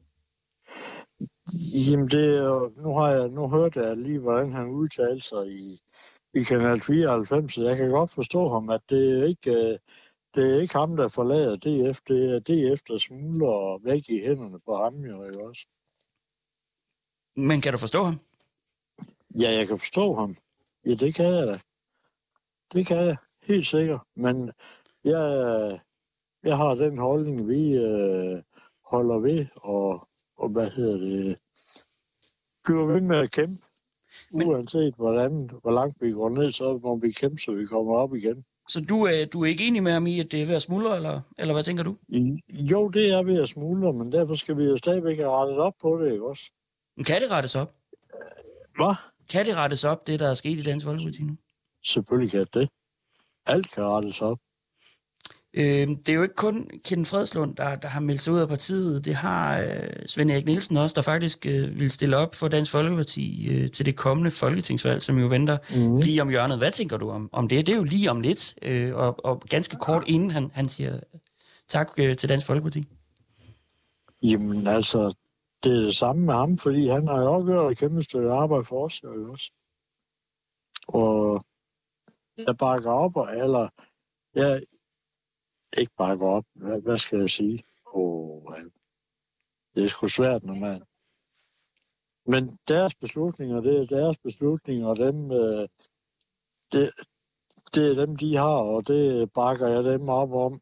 Jamen, det, nu har jeg nu hørt jeg lige, hvordan han udtalte sig i, i Kanal fireoghalvfems, så jeg kan godt forstå ham, at det er ikke, det er ikke ham, der forlader D F. Det er D F, der smuldrer væk i hænderne på ham, jo ikke også? Men kan du forstå ham? Ja, jeg kan forstå ham. Ja, det kan jeg da. Det kan jeg, helt sikkert. Men jeg, jeg har den holdning, vi øh, holder ved, og, og hvad hedder det, bliver ved med at kæmpe. Men, uanset hvordan, hvor langt vi går ned, så må vi kæmpe, så vi kommer op igen. Så du, øh, du er ikke enig med ham i, at det er ved at smuldre, eller, eller hvad tænker du? Jo, det er ved at smuldre, men derfor skal vi jo stadigvæk have rettet op på det, ikke også? Men kan det rettes op? Hvad? Kan det rettes op, det der er sket i Dansk Folkeparti nu? Selvfølgelig kan det. Alt kan rettes op. Øh, det er jo ikke kun Kenneth Fredslund, der, der har meldt sig ud af partiet. Det har øh, Svend Erik Nielsen også, der faktisk øh, vil stille op for Dansk Folkeparti øh, til det kommende folketingsvalg, som jo venter mm. lige om hjørnet. Hvad tænker du om, om det? Det er jo lige om lidt, øh, og, og ganske kort inden han, han siger tak øh, til Dansk Folkeparti. Jamen altså, det er det samme med ham, fordi han har jo også gjort et kæmpe stykke arbejde for os, jo også. Og jeg bakker op, eller jeg ikke bakker op. Hvad, hvad skal jeg sige? Oh, det er sgu svært, når man... Men deres beslutninger, det er deres beslutninger, og dem, øh, det, det er dem, de har, og det bakker jeg dem op om.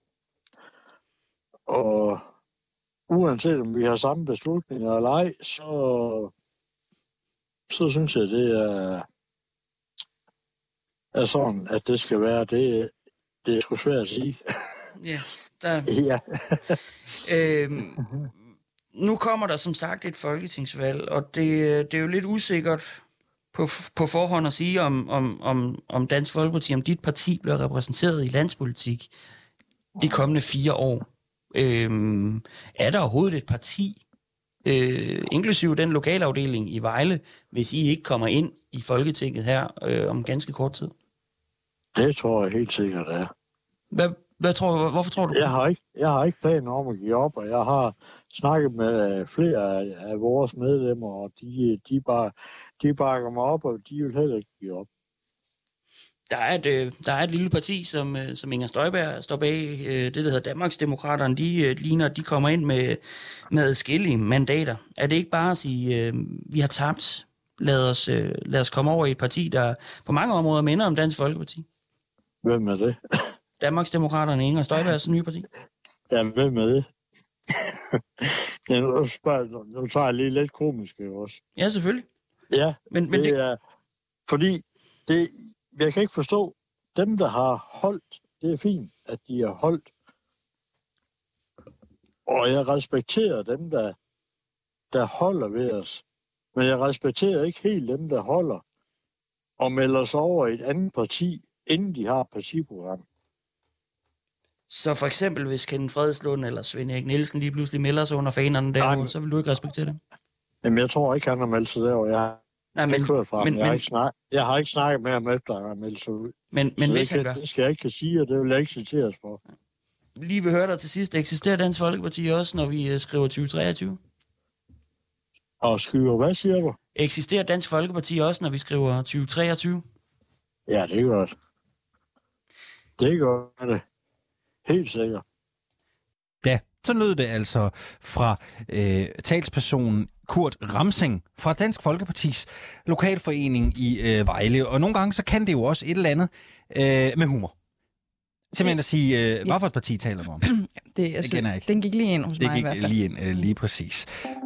Og uanset om vi har samme beslutninger eller ej, så, så synes jeg, det er, er sådan, at det skal være. Det, det er sgu svært at sige. Ja, der... ja. øhm, nu kommer der som sagt et folketingsvalg, og det, det er jo lidt usikkert på, på forhånd at sige, om, om, om, om Dansk Folkeparti, om dit parti bliver repræsenteret i landspolitik de kommende fire år. Øhm, er der overhovedet et parti, øh, inklusive den lokalafdeling i Vejle, hvis I ikke kommer ind i Folketinget her øh, om ganske kort tid? Det tror jeg helt sikkert er. Hvad, hvad tror, hvorfor tror du? Jeg har ikke, jeg har ikke planer om at give op, og jeg har snakket med flere af, af vores medlemmer, og de, de, bare, de bakker mig op, og de vil heller ikke give op. Der er, et, øh, der er et lille parti, som, øh, som Inger Støjberg står bag, øh, det der hedder Danmarksdemokraterne, de øh, ligner, at de kommer ind med, med adskillige mandater. Er det ikke bare at sige, øh, vi har tabt, lad os, øh, lad os komme over i et parti, der på mange områder minder om Dansk Folkeparti? Hvem er det? Danmarksdemokraterne, Inger Støjbergs nye parti. Ja, hvem er det? ja, nu, spørger, nu tager jeg lige lidt komisk også. Ja, selvfølgelig. Ja, men, men det, det er, fordi det, jeg kan ikke forstå, dem, der har holdt, det er fint, at de har holdt. Og jeg respekterer dem, der, der holder ved os. Men jeg respekterer ikke helt dem, der holder og melder sig over i et andet parti, inden de har et partiprogram. Så for eksempel, hvis Kenneth Fredslund eller Svend Erik Nielsen lige pludselig melder sig under fanerne derovre, så vil du ikke respektere dem? Jamen, jeg tror ikke, han har meldt sig derovre. Jeg har Nej, men, ikke hørt fra men, ham. Jeg, men, har ikke snak, jeg har ikke snakket med ham efter, at han har meldt sig ud. Men, men hvis han gør... Det skal jeg ikke sige, og det vil jeg ikke citeres for. Lige vil høre dig til sidst. Eksisterer Dansk Folkeparti også, når vi skriver tyve treogtyve? Og skriver, hvad siger du? Eksisterer Dansk Folkeparti også, når vi skriver tyve treogtyve? Ja, det er godt. Det gør det. Helt sikkert. Ja, så lød det altså fra øh, talspersonen Kurt Ramsing fra Dansk Folkepartis lokalforening i øh, Vejle. Og nogle gange så kan det jo også et eller andet øh, med humor. Simpelthen at sige, øh, hvad for et parti taler du om? det, altså, det kender jeg ikke. Den gik lige ind hos det mig i hvert fald. Det gik lige ind, øh, lige præcis.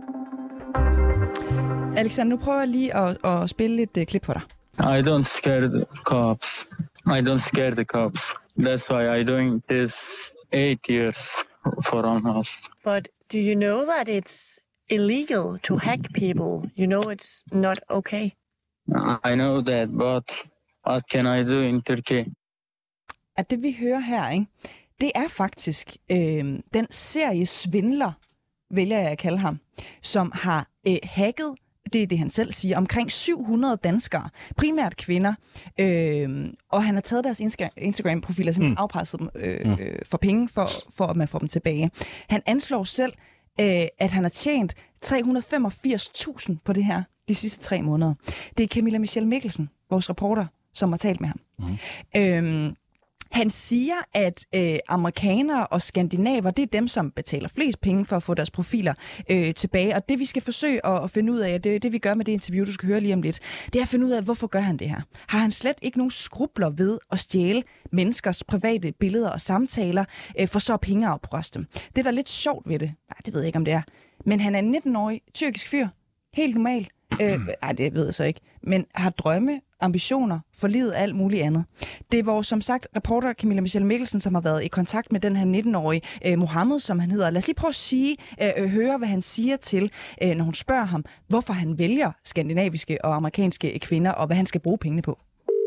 Alexander, nu prøver jeg lige at, at spille et uh, klip for dig. I don't scare the cops. I don't scare the cops. That's why I'm doing this eight years for almost. But do you know that it's illegal to hack people? You know it's not okay. I know that, but what can I do in Turkey? At det vi hører her, ikke, det er faktisk øh, den serie svindler, vælger jeg at kalde ham, som har øh, hacket, det er det han selv siger, omkring syv hundrede danskere, primært kvinder, øh, og han har taget deres Instagram-profiler, simpelthen mm. afpresset dem øh, øh, for penge, for, for at man får dem tilbage. Han anslår selv, øh, at han har tjent tre hundrede og femogfirs tusind på det her de sidste tre måneder. Det er Camilla Michelle Mikkelsen, vores reporter, som har talt med ham. Mm. Øh, Han siger, at øh, amerikanere og skandinaver, det er dem, som betaler flest penge for at få deres profiler øh, tilbage. Og det, vi skal forsøge at, at finde ud af, det, det vi gør med det interview, du skal høre lige om lidt, det er at finde ud af, hvorfor gør han det her? Har han slet ikke nogen skrubler ved at stjæle menneskers private billeder og samtaler, øh, for så at pengeafpresse dem? Det, der er lidt sjovt ved det, nej, det ved jeg ikke, om det er, men han er en nitten-årig tyrkisk fyr, helt normal. Øh, nej, det ved jeg så ikke. Men har drømme, ambitioner for livet og alt muligt andet. Det var som sagt reporter Camilla Michelle Mikkelsen, som har været i kontakt med den her nitten-årige øh, Mohammed, som han hedder. Lad os lige prøve at sige, øh, høre, hvad han siger til, øh, når hun spørger ham, hvorfor han vælger skandinaviske og amerikanske kvinder, og hvad han skal bruge pengene på.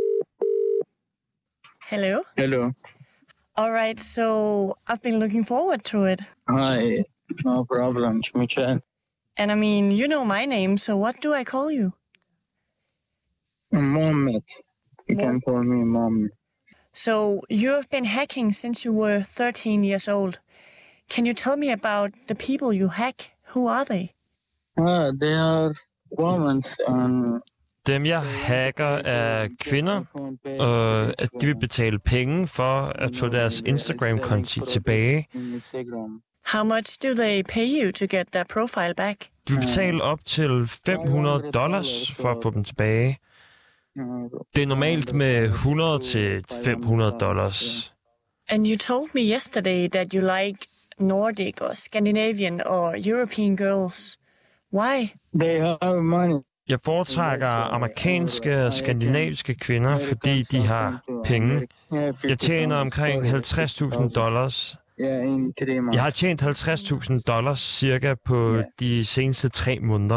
Hello. Hello. All right, so I've been looking forward to it. Hi, no problem, Michelle. And I mean, you know my name, so what do I call you? Mohammed. You Mo- can call me Mom. So you've been hacking since you were thirteen years old. Can you tell me about the people you hack? Who are they? Ah, they are women and... Dem, jeg hacker, er kvinder, og at de vil betale penge for at få deres Instagram-konti tilbage. How much do they pay you to get their profile back? De vil betale op til fem hundrede dollars for at få dem tilbage. Det er normalt med hundrede til fem hundrede dollars. And you told me yesterday that you like Nordic or Scandinavian or European girls. Why? They have money. Jeg foretrækker amerikanske og skandinaviske kvinder, fordi de har penge. Jeg tjener omkring halvtreds tusind dollars. Jeg har tjent halvtreds tusind dollars cirka på de seneste tre måneder.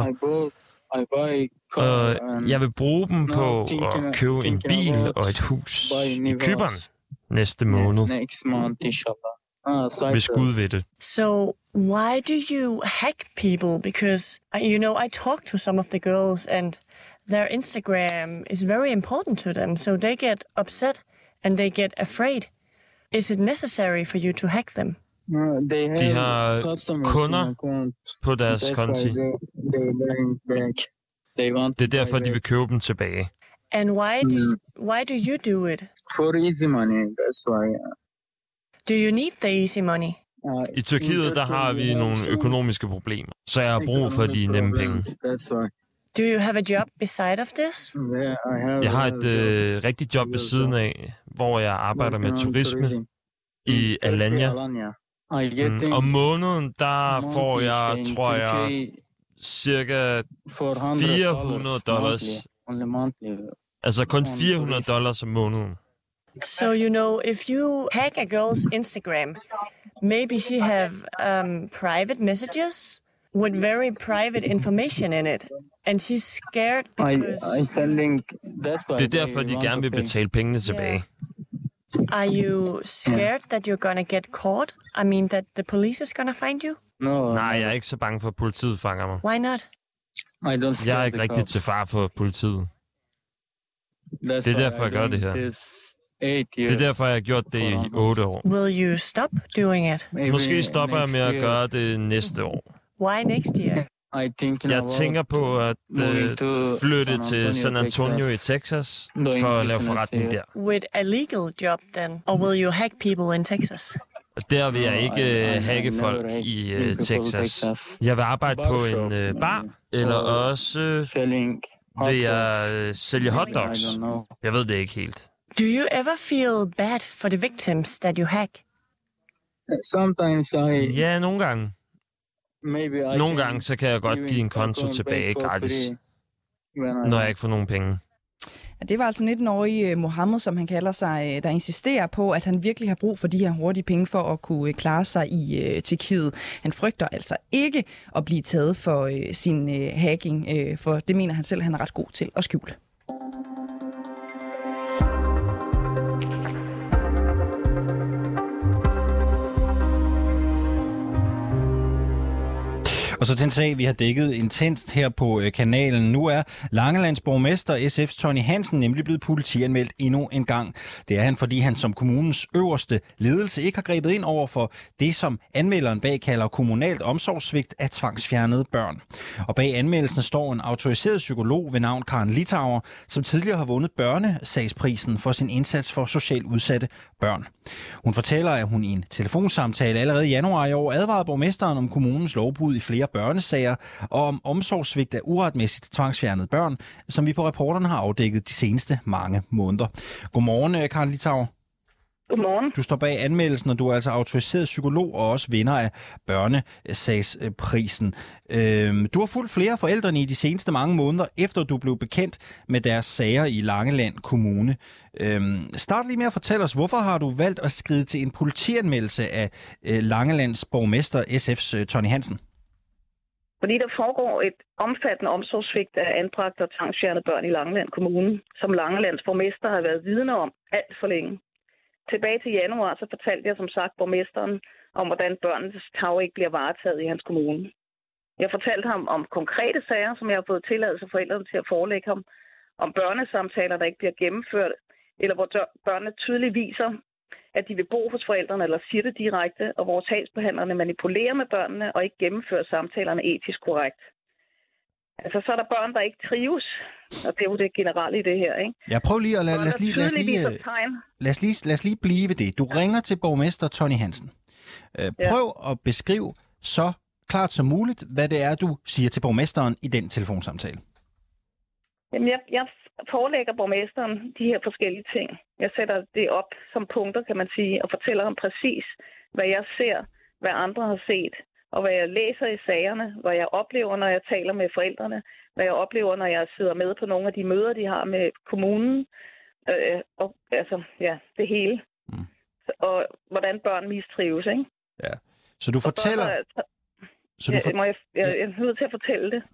Og jeg vil bruge dem på at købe en bil og et hus i Cypern næste måned, hvis Gud ved det. So why do you hack people? Because, you know, I talk to some of the girls and their Instagram is very important to them. So they get upset and they get afraid. Is it necessary for you to hack them? De har kunder på deres konti. Det er derfor, de vil købe dem tilbage. And why do mm. why do you do it? For easy money, that's why. Do you need the easy money? I Tyrkiet, der har vi nogle økonomiske problemer, så jeg har brug for de nemme penge. Do you have a job beside of this? Jeg har et øh, rigtigt job ved siden af, hvor jeg arbejder med turisme i Alanya. Mm. Om måneden, der får jeg, tror jeg, cirka fire hundrede dollars. Altså kun fire hundrede dollars om måneden. So, you know, if you hack a girl's Instagram, maybe she have um, private messages with very private information in it. And she's scared because... I, I sending, that's why det er derfor, de gerne vil betale pengene tilbage. Yeah. Are you scared that you're gonna get caught? I mean, that the police is gonna find you? No, Nej, jeg er ikke så bange for, at politiet fanger mig. Why not? I don't jeg er ikke rigtig til far for politiet. That's det er derfor, jeg gør det her. Det er derfor, jeg har gjort det i otte år. Will you stop doing it? Måske stopper jeg med at gøre det næste år. Why next year? Jeg tænker på at uh, flytte til San Antonio i Texas for at lave forretning der. With a legal job then? Or will you hack people in Texas? Der vil jeg ikke uh, hacke folk i uh, Texas. Jeg vil arbejde på en uh, bar, eller også uh, vil jeg uh, sælge hotdogs. Jeg ved det ikke helt. Do you ever feel bad for the victims that you hack? Sometimes I... Ja, nogle gange. Nogle gange så kan jeg godt give en konto tilbage gratis, når jeg ikke får nogen penge. Ja, det var altså nitten-årige Mohammed, som han kalder sig, der insisterer på, at han virkelig har brug for de her hurtige penge for at kunne klare sig i uh, Tyrkiet. Han frygter altså ikke at blive taget for uh, sin uh, hacking, uh, for det mener han selv, han er ret god til at skjule. Og så til en sag, vi har dækket intenst her på kanalen. Nu er Langelands borgmester S F's Tonni Hansen nemlig blevet politianmeldt endnu en gang. Det er han, fordi han som kommunens øverste ledelse ikke har grebet ind over for det, som anmelderen bag kalder kommunalt omsorgssvigt af tvangsfjernede børn. Og bag anmeldelsen står en autoriseret psykolog ved navn Karen Litauer, som tidligere har vundet børnesagsprisen for sin indsats for socialt udsatte børn. Hun fortæller, at hun i en telefonsamtale allerede i januar i år advarede borgmesteren om kommunens lovbrud i flere børnesager og om omsorgssvigt af uretmæssigt tvangsfjernede børn, som vi på Reporterne har afdækket de seneste mange måneder. Godmorgen, Karen Litauer. Godmorgen. Du står bag anmeldelsen, og du er altså autoriseret psykolog og også vinder af børnesagsprisen. Du har fulgt flere af forældrene i de seneste mange måneder, efter du blev bekendt med deres sager i Langeland Kommune. Start lige med at fortælle os, hvorfor har du valgt at skride til en politianmeldelse af Langelands borgmester S F's Tonni Hansen? Fordi der foregår et omfattende omsorgssvigt af anbragte og tvangsfjernede børn i Langeland Kommune, som Langelands borgmester har været vidne om alt for længe. Tilbage til januar, så fortalte jeg som sagt borgmesteren om, hvordan børnenes tag ikke bliver varetaget i hans kommune. Jeg fortalte ham om konkrete sager, som jeg har fået tilladelse af forældrene til at forelægge ham, om børnesamtaler, der ikke bliver gennemført, eller hvor børnene tydeligt viser, at de vil bo hos forældrene eller siger det direkte, og hvor sagsbehandlerne manipulerer med børnene og ikke gennemfører samtalerne etisk korrekt. Altså, så er der børn, der ikke trives, og det er jo det generelle i det her, ikke? Ja, prøv lige at lad, lad, os lige, lad, os lige, lad, os lige, lad os lige blive ved det. Du ringer til borgmester Tonni Hansen. Øh, prøv ja. at beskrive så klart som muligt, hvad det er, du siger til borgmesteren i den telefonsamtale. Jamen, jeg, jeg forelægger borgmesteren de her forskellige ting. Jeg sætter det op som punkter, kan man sige, og fortæller ham præcis, hvad jeg ser, hvad andre har set, og hvad jeg læser i sagerne, hvad jeg oplever, når jeg taler med forældrene, hvad jeg oplever, når jeg sidder med på nogle af de møder, de har med kommunen, øh, og altså, ja, det hele. Mm. Og hvordan børn mistrives, ikke? Ja, så du fortæller... Børn, så du for... jeg, jeg, jeg er nødt til at fortælle det.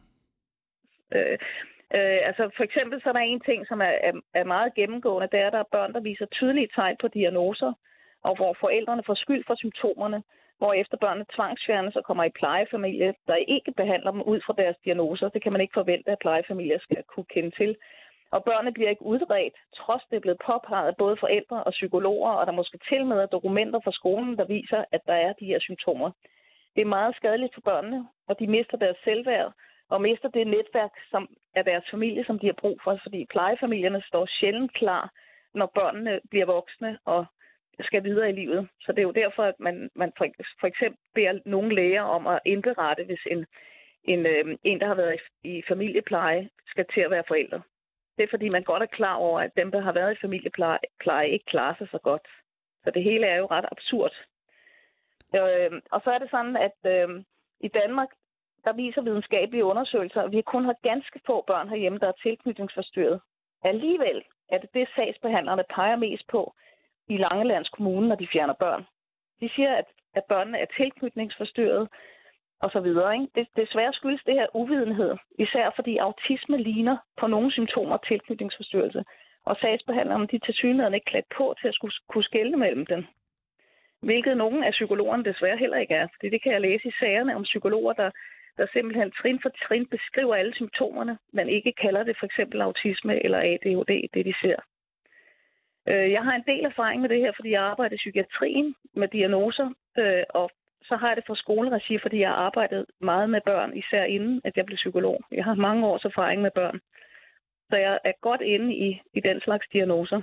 Øh, øh, altså, for eksempel så er der en ting, som er, er, er meget gennemgående, det er, at der er børn, der viser tydelige tegn på diagnoser, og hvor forældrene får skyld for symptomerne, hvor efter børnene tvangsfjernes og kommer i plejefamilie, der ikke behandler dem ud fra deres diagnoser. Det kan man ikke forvente, at plejefamilier skal kunne kende til. Og børnene bliver ikke udredt, trods det er blevet påpeget af både forældre og psykologer, og der måske til med dokumenter fra skolen, der viser, at der er de her symptomer. Det er meget skadeligt for børnene, og de mister deres selvværd, og mister det netværk som af deres familie, som de har brug for, fordi plejefamilierne står sjældent klar, når børnene bliver voksne og skal videre i livet. Så det er jo derfor, at man, man for, for eksempel beder nogle læger om at indberette, hvis en, en, øh, en der har været i, i familiepleje, skal til at være forældre. Det er fordi, man godt er klar over, at dem, der har været i familiepleje, pleje, ikke klarer sig så godt. Så det hele er jo ret absurd. Øh, og så er det sådan, at øh, i Danmark, der viser videnskabelige undersøgelser, at vi kun har ganske få børn herhjemme, der er tilknytningsforstyrret. Alligevel er det det, sagsbehandlerne peger mest på i Langelands Kommune, når de fjerner børn. De siger, at, at børnene er tilknytningsforstyrret og så videre. Ikke? Det, desværre skyldes det her uvidenhed, især fordi autisme ligner på nogle symptomer tilknytningsforstyrrelse, og sagsbehandlerne de tilsyneladende ikke klædt på til at skulle kunne skelne mellem dem. Hvilket nogle af psykologerne desværre heller ikke er, fordi det kan jeg læse i sagerne om psykologer, der, der simpelthen trin for trin beskriver alle symptomerne, men ikke kalder det for eksempel autisme eller A D H D, det de ser. Jeg har en del erfaring med det her, fordi jeg arbejder i psykiatrien med diagnoser, og så har jeg det fra skoleregi, fordi jeg har arbejdet meget med børn, især inden at jeg blev psykolog. Jeg har mange års erfaring med børn, så jeg er godt inde i, i den slags diagnoser.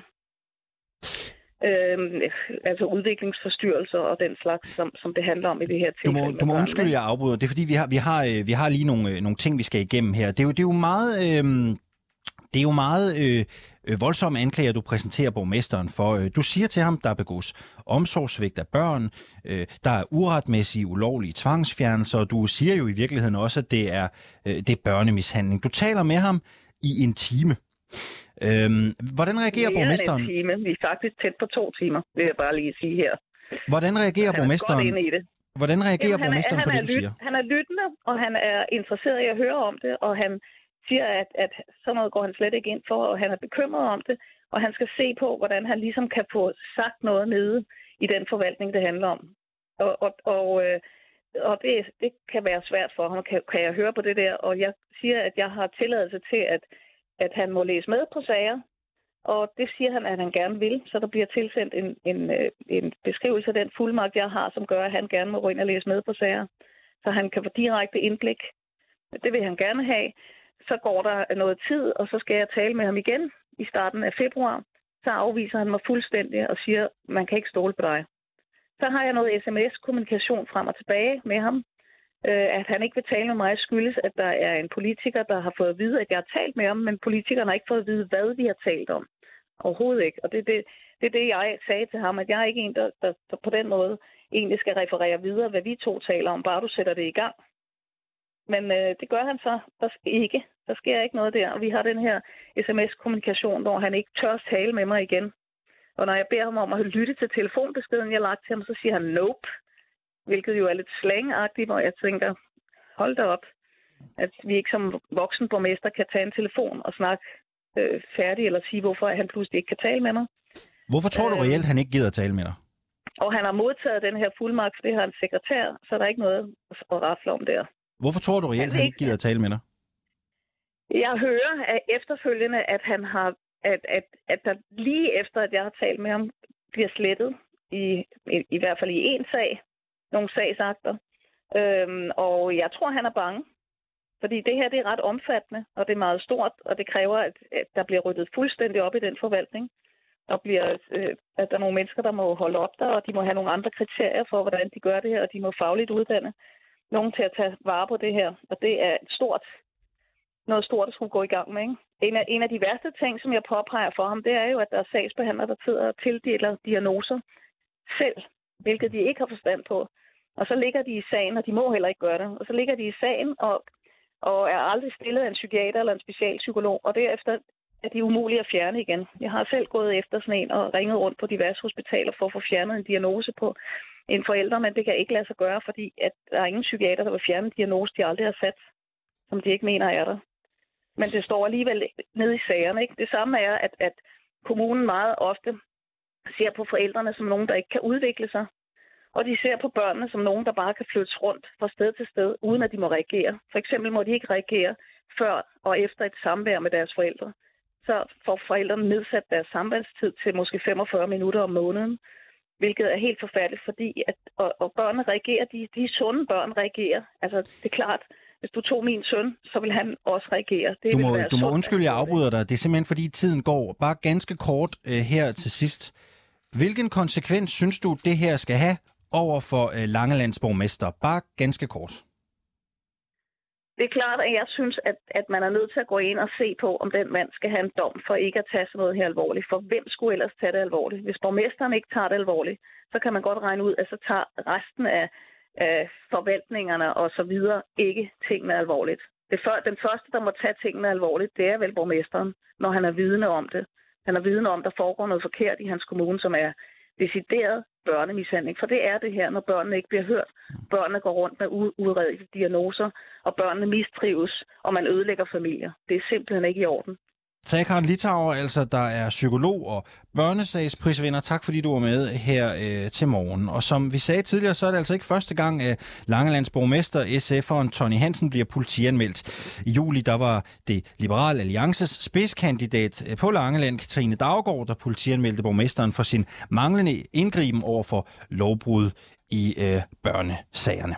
Øhm, altså udviklingsforstyrrelser og den slags, som, som det handler om i det her tilfælde. Du må, du må undskylde, jeg afbryder. Det er fordi, vi har, vi har, vi har lige nogle, nogle ting, vi skal igennem her. Det er jo, det er jo meget... Øh... Det er jo meget øh, voldsomme anklager, du præsenterer borgmesteren for. Du siger til ham, der begås omsorgssvigt af børn, øh, der er uretmæssige, ulovlige tvangsfjernelser, og du siger jo i virkeligheden også, at det er, øh, det er børnemishandling. Du taler med ham i en time. Øhm, hvordan reagerer borgmesteren? En time. Vi er faktisk tæt på to timer, vil jeg bare lige sige her. Hvordan reagerer borgmesteren? Hvordan reagerer Jamen, borgmesteren han er, på han det, du lyt, siger? Han er lyttende, og han er interesseret i at høre om det, og han siger, at, at sådan noget går han slet ikke ind for, og han er bekymret om det, og han skal se på, hvordan han ligesom kan få sagt noget nede i den forvaltning, det handler om. Og, og, og, øh, og det, det kan være svært for ham, kan, kan jeg høre på det der, og jeg siger, at jeg har tilladelse til, at, at han må læse med på sager, og det siger han, at han gerne vil, så der bliver tilsendt en, en, en beskrivelse af den fuldmagt, jeg har, som gør, at han gerne må gå ind og læse med på sager, så han kan få direkte indblik. Det vil han gerne have. Så går der noget tid, og så skal jeg tale med ham igen i starten af februar. Så afviser han mig fuldstændig og siger, man kan ikke stole på dig. Så har jeg noget sms-kommunikation frem og tilbage med ham. At han ikke vil tale med mig skyldes, at der er en politiker, der har fået at vide, at jeg har talt med ham, men politikeren har ikke fået at vide, hvad vi har talt om. Overhovedet ikke. Og det er det, det, er det jeg sagde til ham, at jeg er ikke en, der, der, der på den måde egentlig skal referere videre, hvad vi to taler om, bare du sætter det i gang. Men øh, det gør han så der ikke. Der sker ikke noget der. Og vi har den her sms-kommunikation, hvor han ikke tør tale med mig igen. Og når jeg beder ham om at lytte til telefonbeskeden, jeg har lagt til ham, så siger han nope. Hvilket jo er lidt slangagtigt, hvor jeg tænker, hold da op, at vi ikke som voksenborgmester kan tage en telefon og snakke øh, færdig, eller sige, hvorfor han pludselig ikke kan tale med mig. Hvorfor tror du reelt, han ikke gider tale med dig? Og han har modtaget den her fuldmagt, for det har en sekretær, så der er ikke noget at rafle om der. Hvorfor tror du reelt, han ikke gider at tale med dig? Jeg hører at efterfølgende, at han har, at, at, at der lige efter, at jeg har talt med ham, bliver slettet, i, i, i hvert fald i en sag, nogle sagsakter. Øhm, og jeg tror, han er bange. Fordi det her, det er ret omfattende, og det er meget stort, og det kræver, at, at der bliver ryddet fuldstændig op i den forvaltning. Der bliver, øh, at der er nogle mennesker, der må holde op der, og de må have nogle andre kriterier for, hvordan de gør det her, og de må fagligt uddanne nogen til at tage vare på det her. Og det er et stort, noget stort, der skulle gå i gang med. Ikke? En, af, en af de værste ting, som jeg påpeger for ham, det er jo, at der er sagsbehandlere, der sidder og tildeler diagnoser selv, hvilket de ikke har forstand på. Og så ligger de i sagen, og de må heller ikke gøre det. Og så ligger de i sagen, og, og er aldrig stillet af en psykiater eller en specialpsykolog, og derefter er de umulige at fjerne igen. Jeg har selv gået efter sådan en og ringet rundt på diverse hospitaler for at få fjernet en diagnose på en forælder, men det kan ikke lade sig gøre, fordi at der er ingen psykiater, der vil fjerne en diagnose, de aldrig har sat, som de ikke mener er der. Men det står alligevel nede i sagerne. Ikke? Det samme er, at, at kommunen meget ofte ser på forældrene som nogen, der ikke kan udvikle sig, og de ser på børnene som nogen, der bare kan flyttes rundt fra sted til sted, uden at de må reagere. For eksempel må de ikke reagere før og efter et samvær med deres forældre. Så får forældrene nedsat deres samværstid til måske femogfyrre minutter om måneden, hvilket er helt forfærdeligt, fordi at, og, og børnene reagerer, de, de sunde børn reagerer. Altså, det er klart, hvis du tog min søn, så vil han også reagere. Det du må, være du må sundt, undskylde, jeg at- afbryder dig. Det er simpelthen, fordi tiden går. Bare ganske kort øh, her til sidst. Hvilken konsekvens synes du, det her skal have over for øh, Langelands borgmester? Bare ganske kort. Det er klart, at jeg synes, at, at man er nødt til at gå ind og se på, om den mand skal have en dom for ikke at tage sådan noget her alvorligt. For hvem skulle ellers tage det alvorligt? Hvis borgmesteren ikke tager det alvorligt, så kan man godt regne ud, at så tager resten af, af forvaltningerne og så videre ikke tingene alvorligt. Det for, den første, der må tage tingene alvorligt, det er vel borgmesteren, når han er vidne om det. Han er vidne om, at der foregår noget forkert i hans kommune, som er decideret børnemishandling. For det er det her, når børnene ikke bliver hørt. Børnene går rundt med uudredte diagnoser, og børnene mistrives, og man ødelægger familier. Det er simpelthen ikke i orden. sagde Karen Litauer, altså der er psykolog og børnesagsprisvinder. Tak fordi du var med her øh, til morgen. Og som vi sagde tidligere, så er det altså ikke første gang, at Langelands borgmester, S F'eren Tonni Hansen, bliver politianmeldt. I juli der var det Liberal Alliances spidskandidat på Langeland, Katrine Daugaard, der politianmeldte borgmesteren for sin manglende indgriben over for lovbrud i øh, børnesagerne.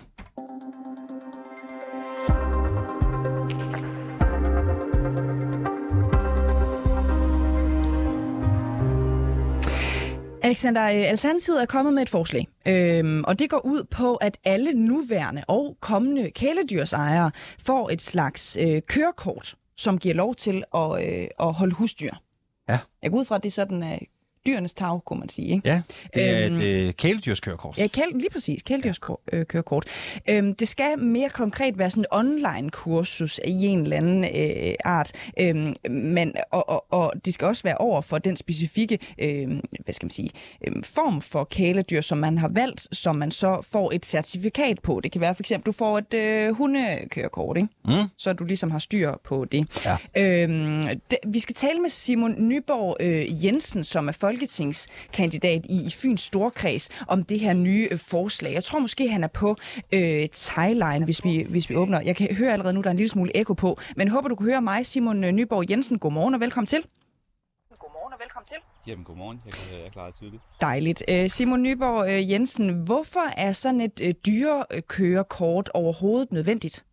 Alexander, Alternativet er kommet med et forslag, øhm, og det går ud på, at alle nuværende og kommende kæledyrsejere får et slags øh, kørekort, som giver lov til at, øh, at holde husdyr. Ja. Jeg går ud fra, at det er sådan uh, dyrenes tag, kunne man sige. Ikke? Ja, det er øhm, et øh, kæledyrskørekort. Ja, kæle, lige præcis. Kæledyrskørekort. Øhm, det skal mere konkret være sådan en online-kursus i en eller anden øh, art, øhm, men, og, og, og det skal også være over for den specifikke øh, hvad skal man sige, øh, form for kæledyr, som man har valgt, som man så får et certifikat på. Det kan være for eksempel, du får et øh, hundekørekort, ikke? Mm. Så du ligesom har styr på det. Ja. Øhm, det vi skal tale med Simon Nyborg øh, Jensen, som er folketingskandidat i, i Fyns Storkreds, om det her nye øh, forslag. Jeg tror måske, han er på øh, Thailand, hvis vi, hvis vi åbner. Jeg kan høre allerede nu, der er en lille smule ekko på, men håber, du kan høre mig, Simon øh, Nyborg Jensen. Godmorgen og velkommen til. Godmorgen og velkommen til. Jamen, godmorgen. Jeg kan høre, jeg er klar og tydeligt. Dejligt. Øh, Simon Nyborg øh, Jensen, hvorfor er sådan et øh, dyrekørekort overhovedet nødvendigt?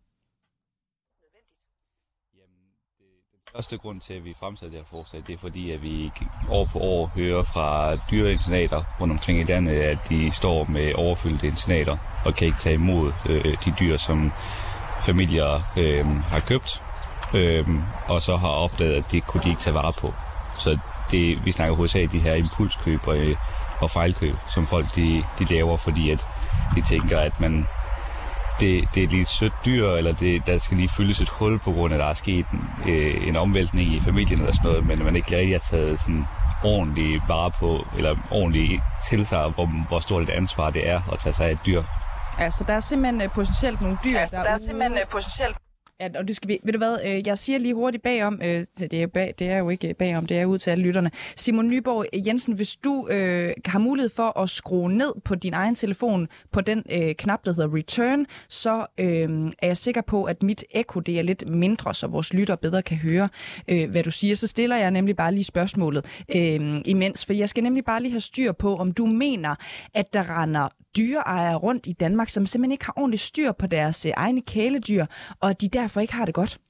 Første grund til, at vi fremsætter det her forslag, det er fordi, at vi år på år hører fra dyreinternater rundt omkring i landet, at de står med overfyldte internater og kan ikke tage imod øh, de dyr, som familier øh, har købt, øh, og så har opdaget, at det kunne de ikke tage vare på. Så det, vi snakker hovedsageligt de her impulskøb og, og fejlkøb, som folk de, de laver, fordi at de tænker, at man Det, det er et lille sødt dyr, eller det, der skal lige fyldes et hul på grund af, at der er sket en, øh, en omvæltning i familien eller sådan noget, men man ikke rigtig har taget sådan ordentligt vare på, eller ordentligt til sig, hvor, hvor stort et ansvar det er at tage sig af et dyr. Altså, der er simpelthen uh, potentielt nogle dyr, altså, der, der er simpelthen uh, potentielt... Ja, og det skal vi, ved du hvad, øh, jeg siger lige hurtigt bagom, øh, det, er bag, det er jo ikke bagom, det er ud til alle lytterne. Simon Nyborg Jensen, hvis du øh, har mulighed for at skrue ned på din egen telefon på den øh, knap, der hedder return, så øh, er jeg sikker på, at mit ekko det er lidt mindre, så vores lytter bedre kan høre, øh, hvad du siger. Så stiller jeg nemlig bare lige spørgsmålet øh, imens, for jeg skal nemlig bare lige have styr på, om du mener, at der render dyreejere rundt i Danmark, som simpelthen ikke har ordentligt styr på deres øh, egne kæledyr, og at de derfor ikke har det godt.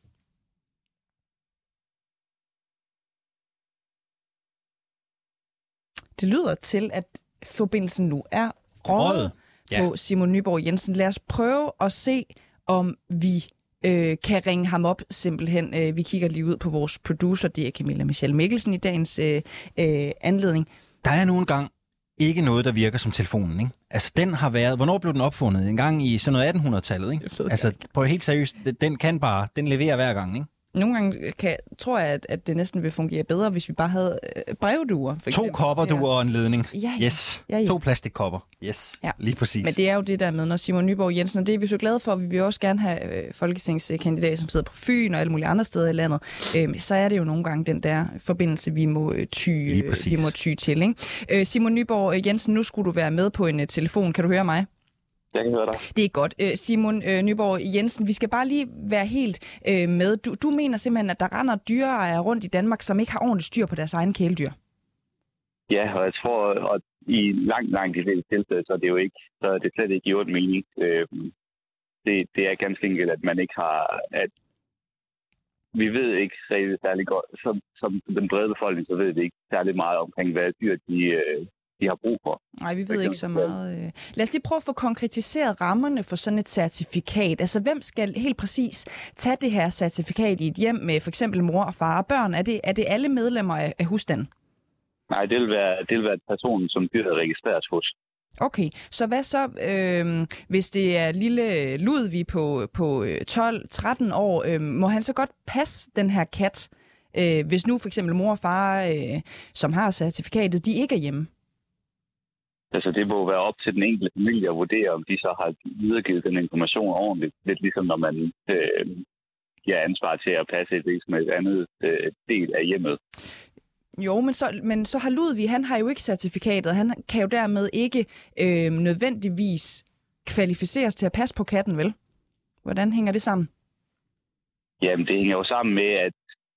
Det lyder til, at forbindelsen nu er røget ja. på Simon Nyborg Jensen. Lad os prøve at se, om vi øh, kan ringe ham op simpelthen. Øh, vi kigger lige ud på vores producer, det er Camilla Michelle Mikkelsen i dagens øh, øh, anledning. Der er nu engang ikke noget, der virker som telefonen, ikke? Altså, den har været... Hvornår blev den opfundet? En gang i sådan noget attenhundredetallet, ikke? Altså, på helt seriøst, den kan bare... Den leverer hver gang, ikke? Nogle gange kan, tror jeg, at, at det næsten vil fungere bedre, hvis vi bare havde øh, brevduer. For to kopperduer og en ledning. Ja, ja. Yes. Ja, ja. To plastikkopper. Yes. Ja. Lige præcis. Men det er jo det der med, når Simon Nyborg Jensen, og det er vi så glade for, vi vil også gerne have øh, folketingskandidater, som sidder på Fyn og alle mulige andre steder i landet, øh, så er det jo nogle gange den der forbindelse, vi må øh, ty, øh, vi må ty til. Ikke? Øh, Simon Nyborg Jensen, nu skulle du være med på en uh, telefon. Kan du høre mig? Jeg kan høre dig. Det er godt. Simon Nyborg Jensen, vi skal bare lige være helt med. Du, du mener simpelthen, at der render dyreejere rundt i Danmark, som ikke har ordentligt styr på deres egen kæledyr? Ja, og jeg tror, at i langt, langt de fleste tilfælde, så er det jo ikke, så er det slet ikke gjort mening. Det det, det er ganske enkelt, at man ikke har... At vi ved ikke rigtig særlig godt, som, som den brede befolkning, så ved vi ikke særlig meget omkring, hvad dyr de, de har brug for. Nej, vi ved ikke så meget. Lad os lige prøve at få konkretiseret rammerne for sådan et certifikat. Altså, hvem skal helt præcis tage det her certifikat i et hjem med for eksempel mor og far og børn? Er det, er det alle medlemmer af husstanden? Nej, det vil være, det vil være personen, som dyret registreres hos. Okay, så hvad så, øh, hvis det er lille Ludvig på, på tolv tretten år, øh, må han så godt passe den her kat, øh, hvis nu for eksempel mor og far, øh, som har certifikatet, de ikke er hjemme? Altså, det må være op til den enkelte familie at vurdere, om de så har videregivet den information ordentligt. Lidt ligesom når man øh, giver ansvar til at passe et vis med et andet øh, del af hjemmet. Jo, men så, men så har Ludvig, han har jo ikke certifikatet. Han kan jo dermed ikke øh, nødvendigvis kvalificeres til at passe på katten, vel? Hvordan hænger det sammen? Jamen, det hænger jo sammen med, at,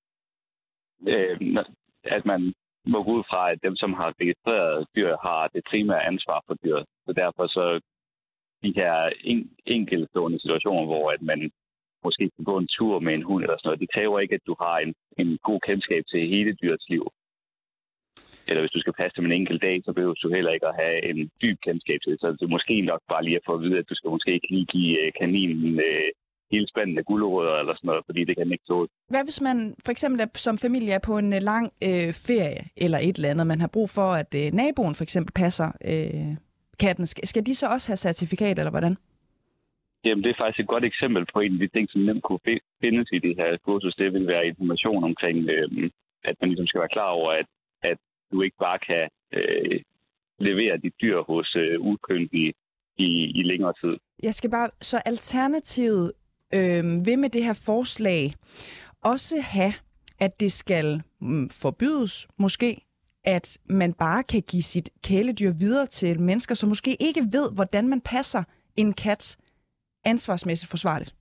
øh, at man må gå ud fra, at dem, som har registreret dyr, har det primære ansvar for dyr. Så derfor så de her en, enkeltstående situationer, hvor at man måske skal gå en tur med en hund eller sådan noget, det kræver ikke, at du har en, en god kendskab til hele dyrets liv. Eller hvis du skal passe dem en enkelt dag, så behøver du heller ikke at have en dyb kendskab til det. Så det er måske nok bare lige at få at vide, at du skal måske ikke lige give kaninen øh, hele spanden af gulerødder eller sådan noget, fordi det kan ikke tåle. Hvad hvis man for eksempel er, som familie er på en lang øh, ferie eller et eller andet, man har brug for, at øh, naboen for eksempel passer øh, katten. Skal, skal de så også have certifikat, eller hvordan? Jamen, det er faktisk et godt eksempel på en af de ting, som nemt kunne findes i det her kursus. Det vil være information omkring, øh, at man ligesom skal være klar over, at, at du ikke bare kan øh, levere dit dyr hos øh, ukyndige i, i længere tid. Jeg skal bare, så alternativet øh, vil med det her forslag også have, at det skal mm, forbydes måske, at man bare kan give sit kæledyr videre til mennesker, som måske ikke ved, hvordan man passer en kat ansvarsmæssigt forsvarligt.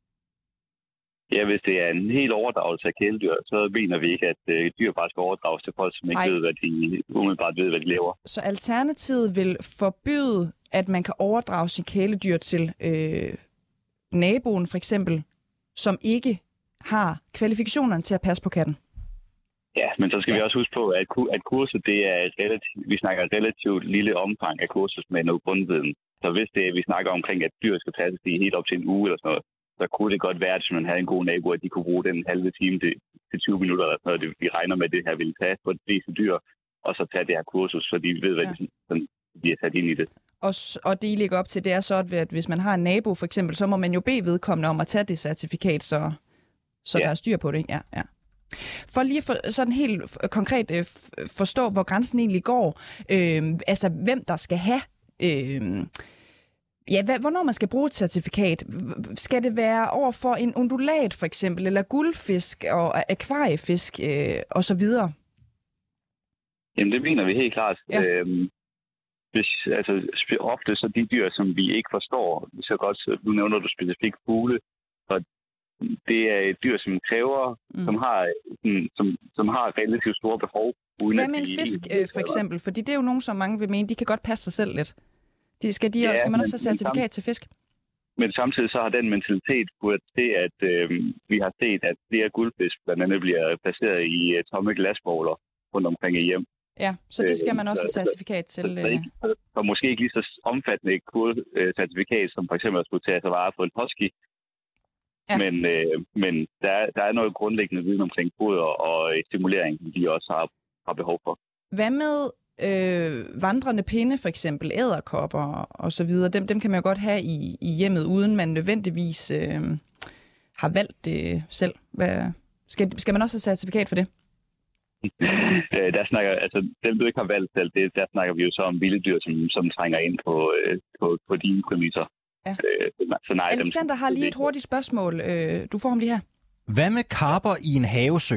Ja, hvis det er en helt overdragelse af kæledyr, så mener vi ikke, at øh, dyr bare skal overdrages til folk, som ikke Ej. ved, hvad de umiddelbart ved, hvad de lever. Så alternativet vil forbyde, at man kan overdrage sit kæledyr til øh, naboen for eksempel, som ikke har kvalifikationerne til at passe på katten. Ja, men så skal ja. vi også huske på, at, at kurset, det er relativt, vi snakker relativt lille omfang af kursus med noget grundviden. Så hvis det er, vi snakker omkring, at dyr skal passes i helt op til en uge eller sådan noget, så kunne det godt være, at hvis man havde en god nabo, at de kunne bruge den halve time til, til tyve minutter eller sådan noget. Det, vi regner med, at det her ville tage på de fleste dyr, og så tage det her kursus, så de ved, hvad ja. de, sådan, de er sat ind i det. Og, og det, I lægger op til, det er så, at hvis man har en nabo for eksempel, så må man jo bede vedkommende om at tage det certifikat, så, så ja. der er styr på det. Ja, ja. For lige at for, sådan helt konkret øh, forstå, hvor grænsen egentlig går, øh, altså hvem der skal have... Øh, Ja, hvad, hvornår man skal bruge et certifikat? Skal det være over for en undulat for eksempel, eller guldfisk og akvariefisk øh, og så videre? Jamen, det mener vi helt klart. Ja. Øhm, hvis, altså, ofte så de dyr, som vi ikke forstår, så godt, nu nævner du specifikt fugle, og det er et dyr, som kræver, mm. som, har, som, som har relativt store behov. Uden hvad med en fisk øh, for eksempel? Fordi det er jo nogen, som mange vil mene, de kan godt passe sig selv lidt. De skal, de, ja, skal man også have certifikat til fisk? Men samtidig så har den mentalitet ført til, at øh, vi har set, at flere guldfisk blandt andet bliver placeret i uh, tomme glasbowler rundt omkring i hjem. Ja, så det skal man også have certifikat til. Øh... Og måske ikke lige så omfattende certifikat, som for eksempel at skulle tage sig vare på en husky. Ja. Men, øh, men der, der er noget grundlæggende viden omkring foder og stimulering, som de også har, har behov for. Hvad med Øh, vandrende pinde for eksempel, edderkopper og så videre, dem, dem kan man jo godt have i, i hjemmet, uden man nødvendigvis øh, har valgt det selv. Hvad, skal, skal man også have certifikat for det? der snakker, altså dem du ikke har valgt selv, det, der snakker vi jo så om vilde dyr, som, som trænger ind på, øh, på, på dine præmisser. Ja. Øh, så nej, Alexander dem, har lige et hurtigt spørgsmål. Øh, du får ham lige her. Hvad med karper i en havesø?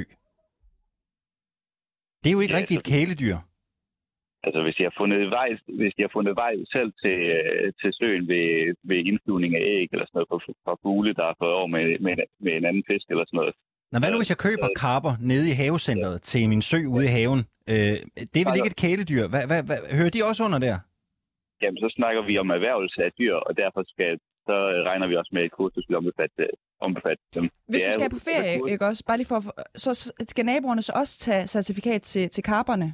Det er jo ikke ja, rigtigt et kæledyr. Altså, hvis jeg har fundet vej, hvis jeg har fundet vej selv til, til søen ved, ved indflyvning af æg eller sådan noget fra fugle, der er fået over med, med, med en anden fisk eller sådan noget. Nå, hvad nu, hvis jeg køber karper nede i havecentret til min sø ude i haven? Øh, det er vel ikke et kæledyr? Hvad, hvad, hvad, hører de også under der? Jamen, så snakker vi om erhvervelse af dyr, og derfor skal så regner vi også med, at kurset skal omfatte, omfatte dem. Hvis du skal jo, på ferie, ikke også? Bare lige for, så skal naboerne så også tage certifikat til, til karperne?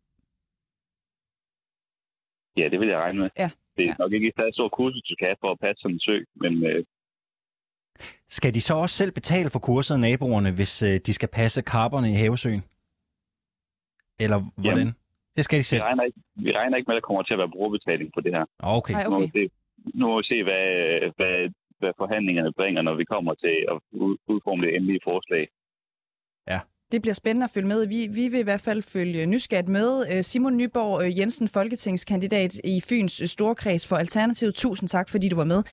Ja, det vil jeg regne med. Ja. Det er ja. nok ikke et stort kursus, du skal have for at passe sådan en sø, men... Øh... Skal de så også selv betale for kurset, naboerne, hvis øh, de skal passe karperne i havesøen? Eller hvordan? Jamen, det skal de selv. Vi regner, ikke, vi regner ikke med, at der kommer til at være brugerbetaling på det her. Okay. Ej, okay. Nu må vi se, nu må vi se hvad, hvad, hvad forhandlingerne bringer, når vi kommer til at udforme det endelige forslag. Ja. Det bliver spændende at følge med. Vi, vi vil i hvert fald følge nysgerrigt med. Simon Nyborg Jensen, folketingskandidat i Fyns Storkreds for Alternativet. Tusind tak, fordi du var med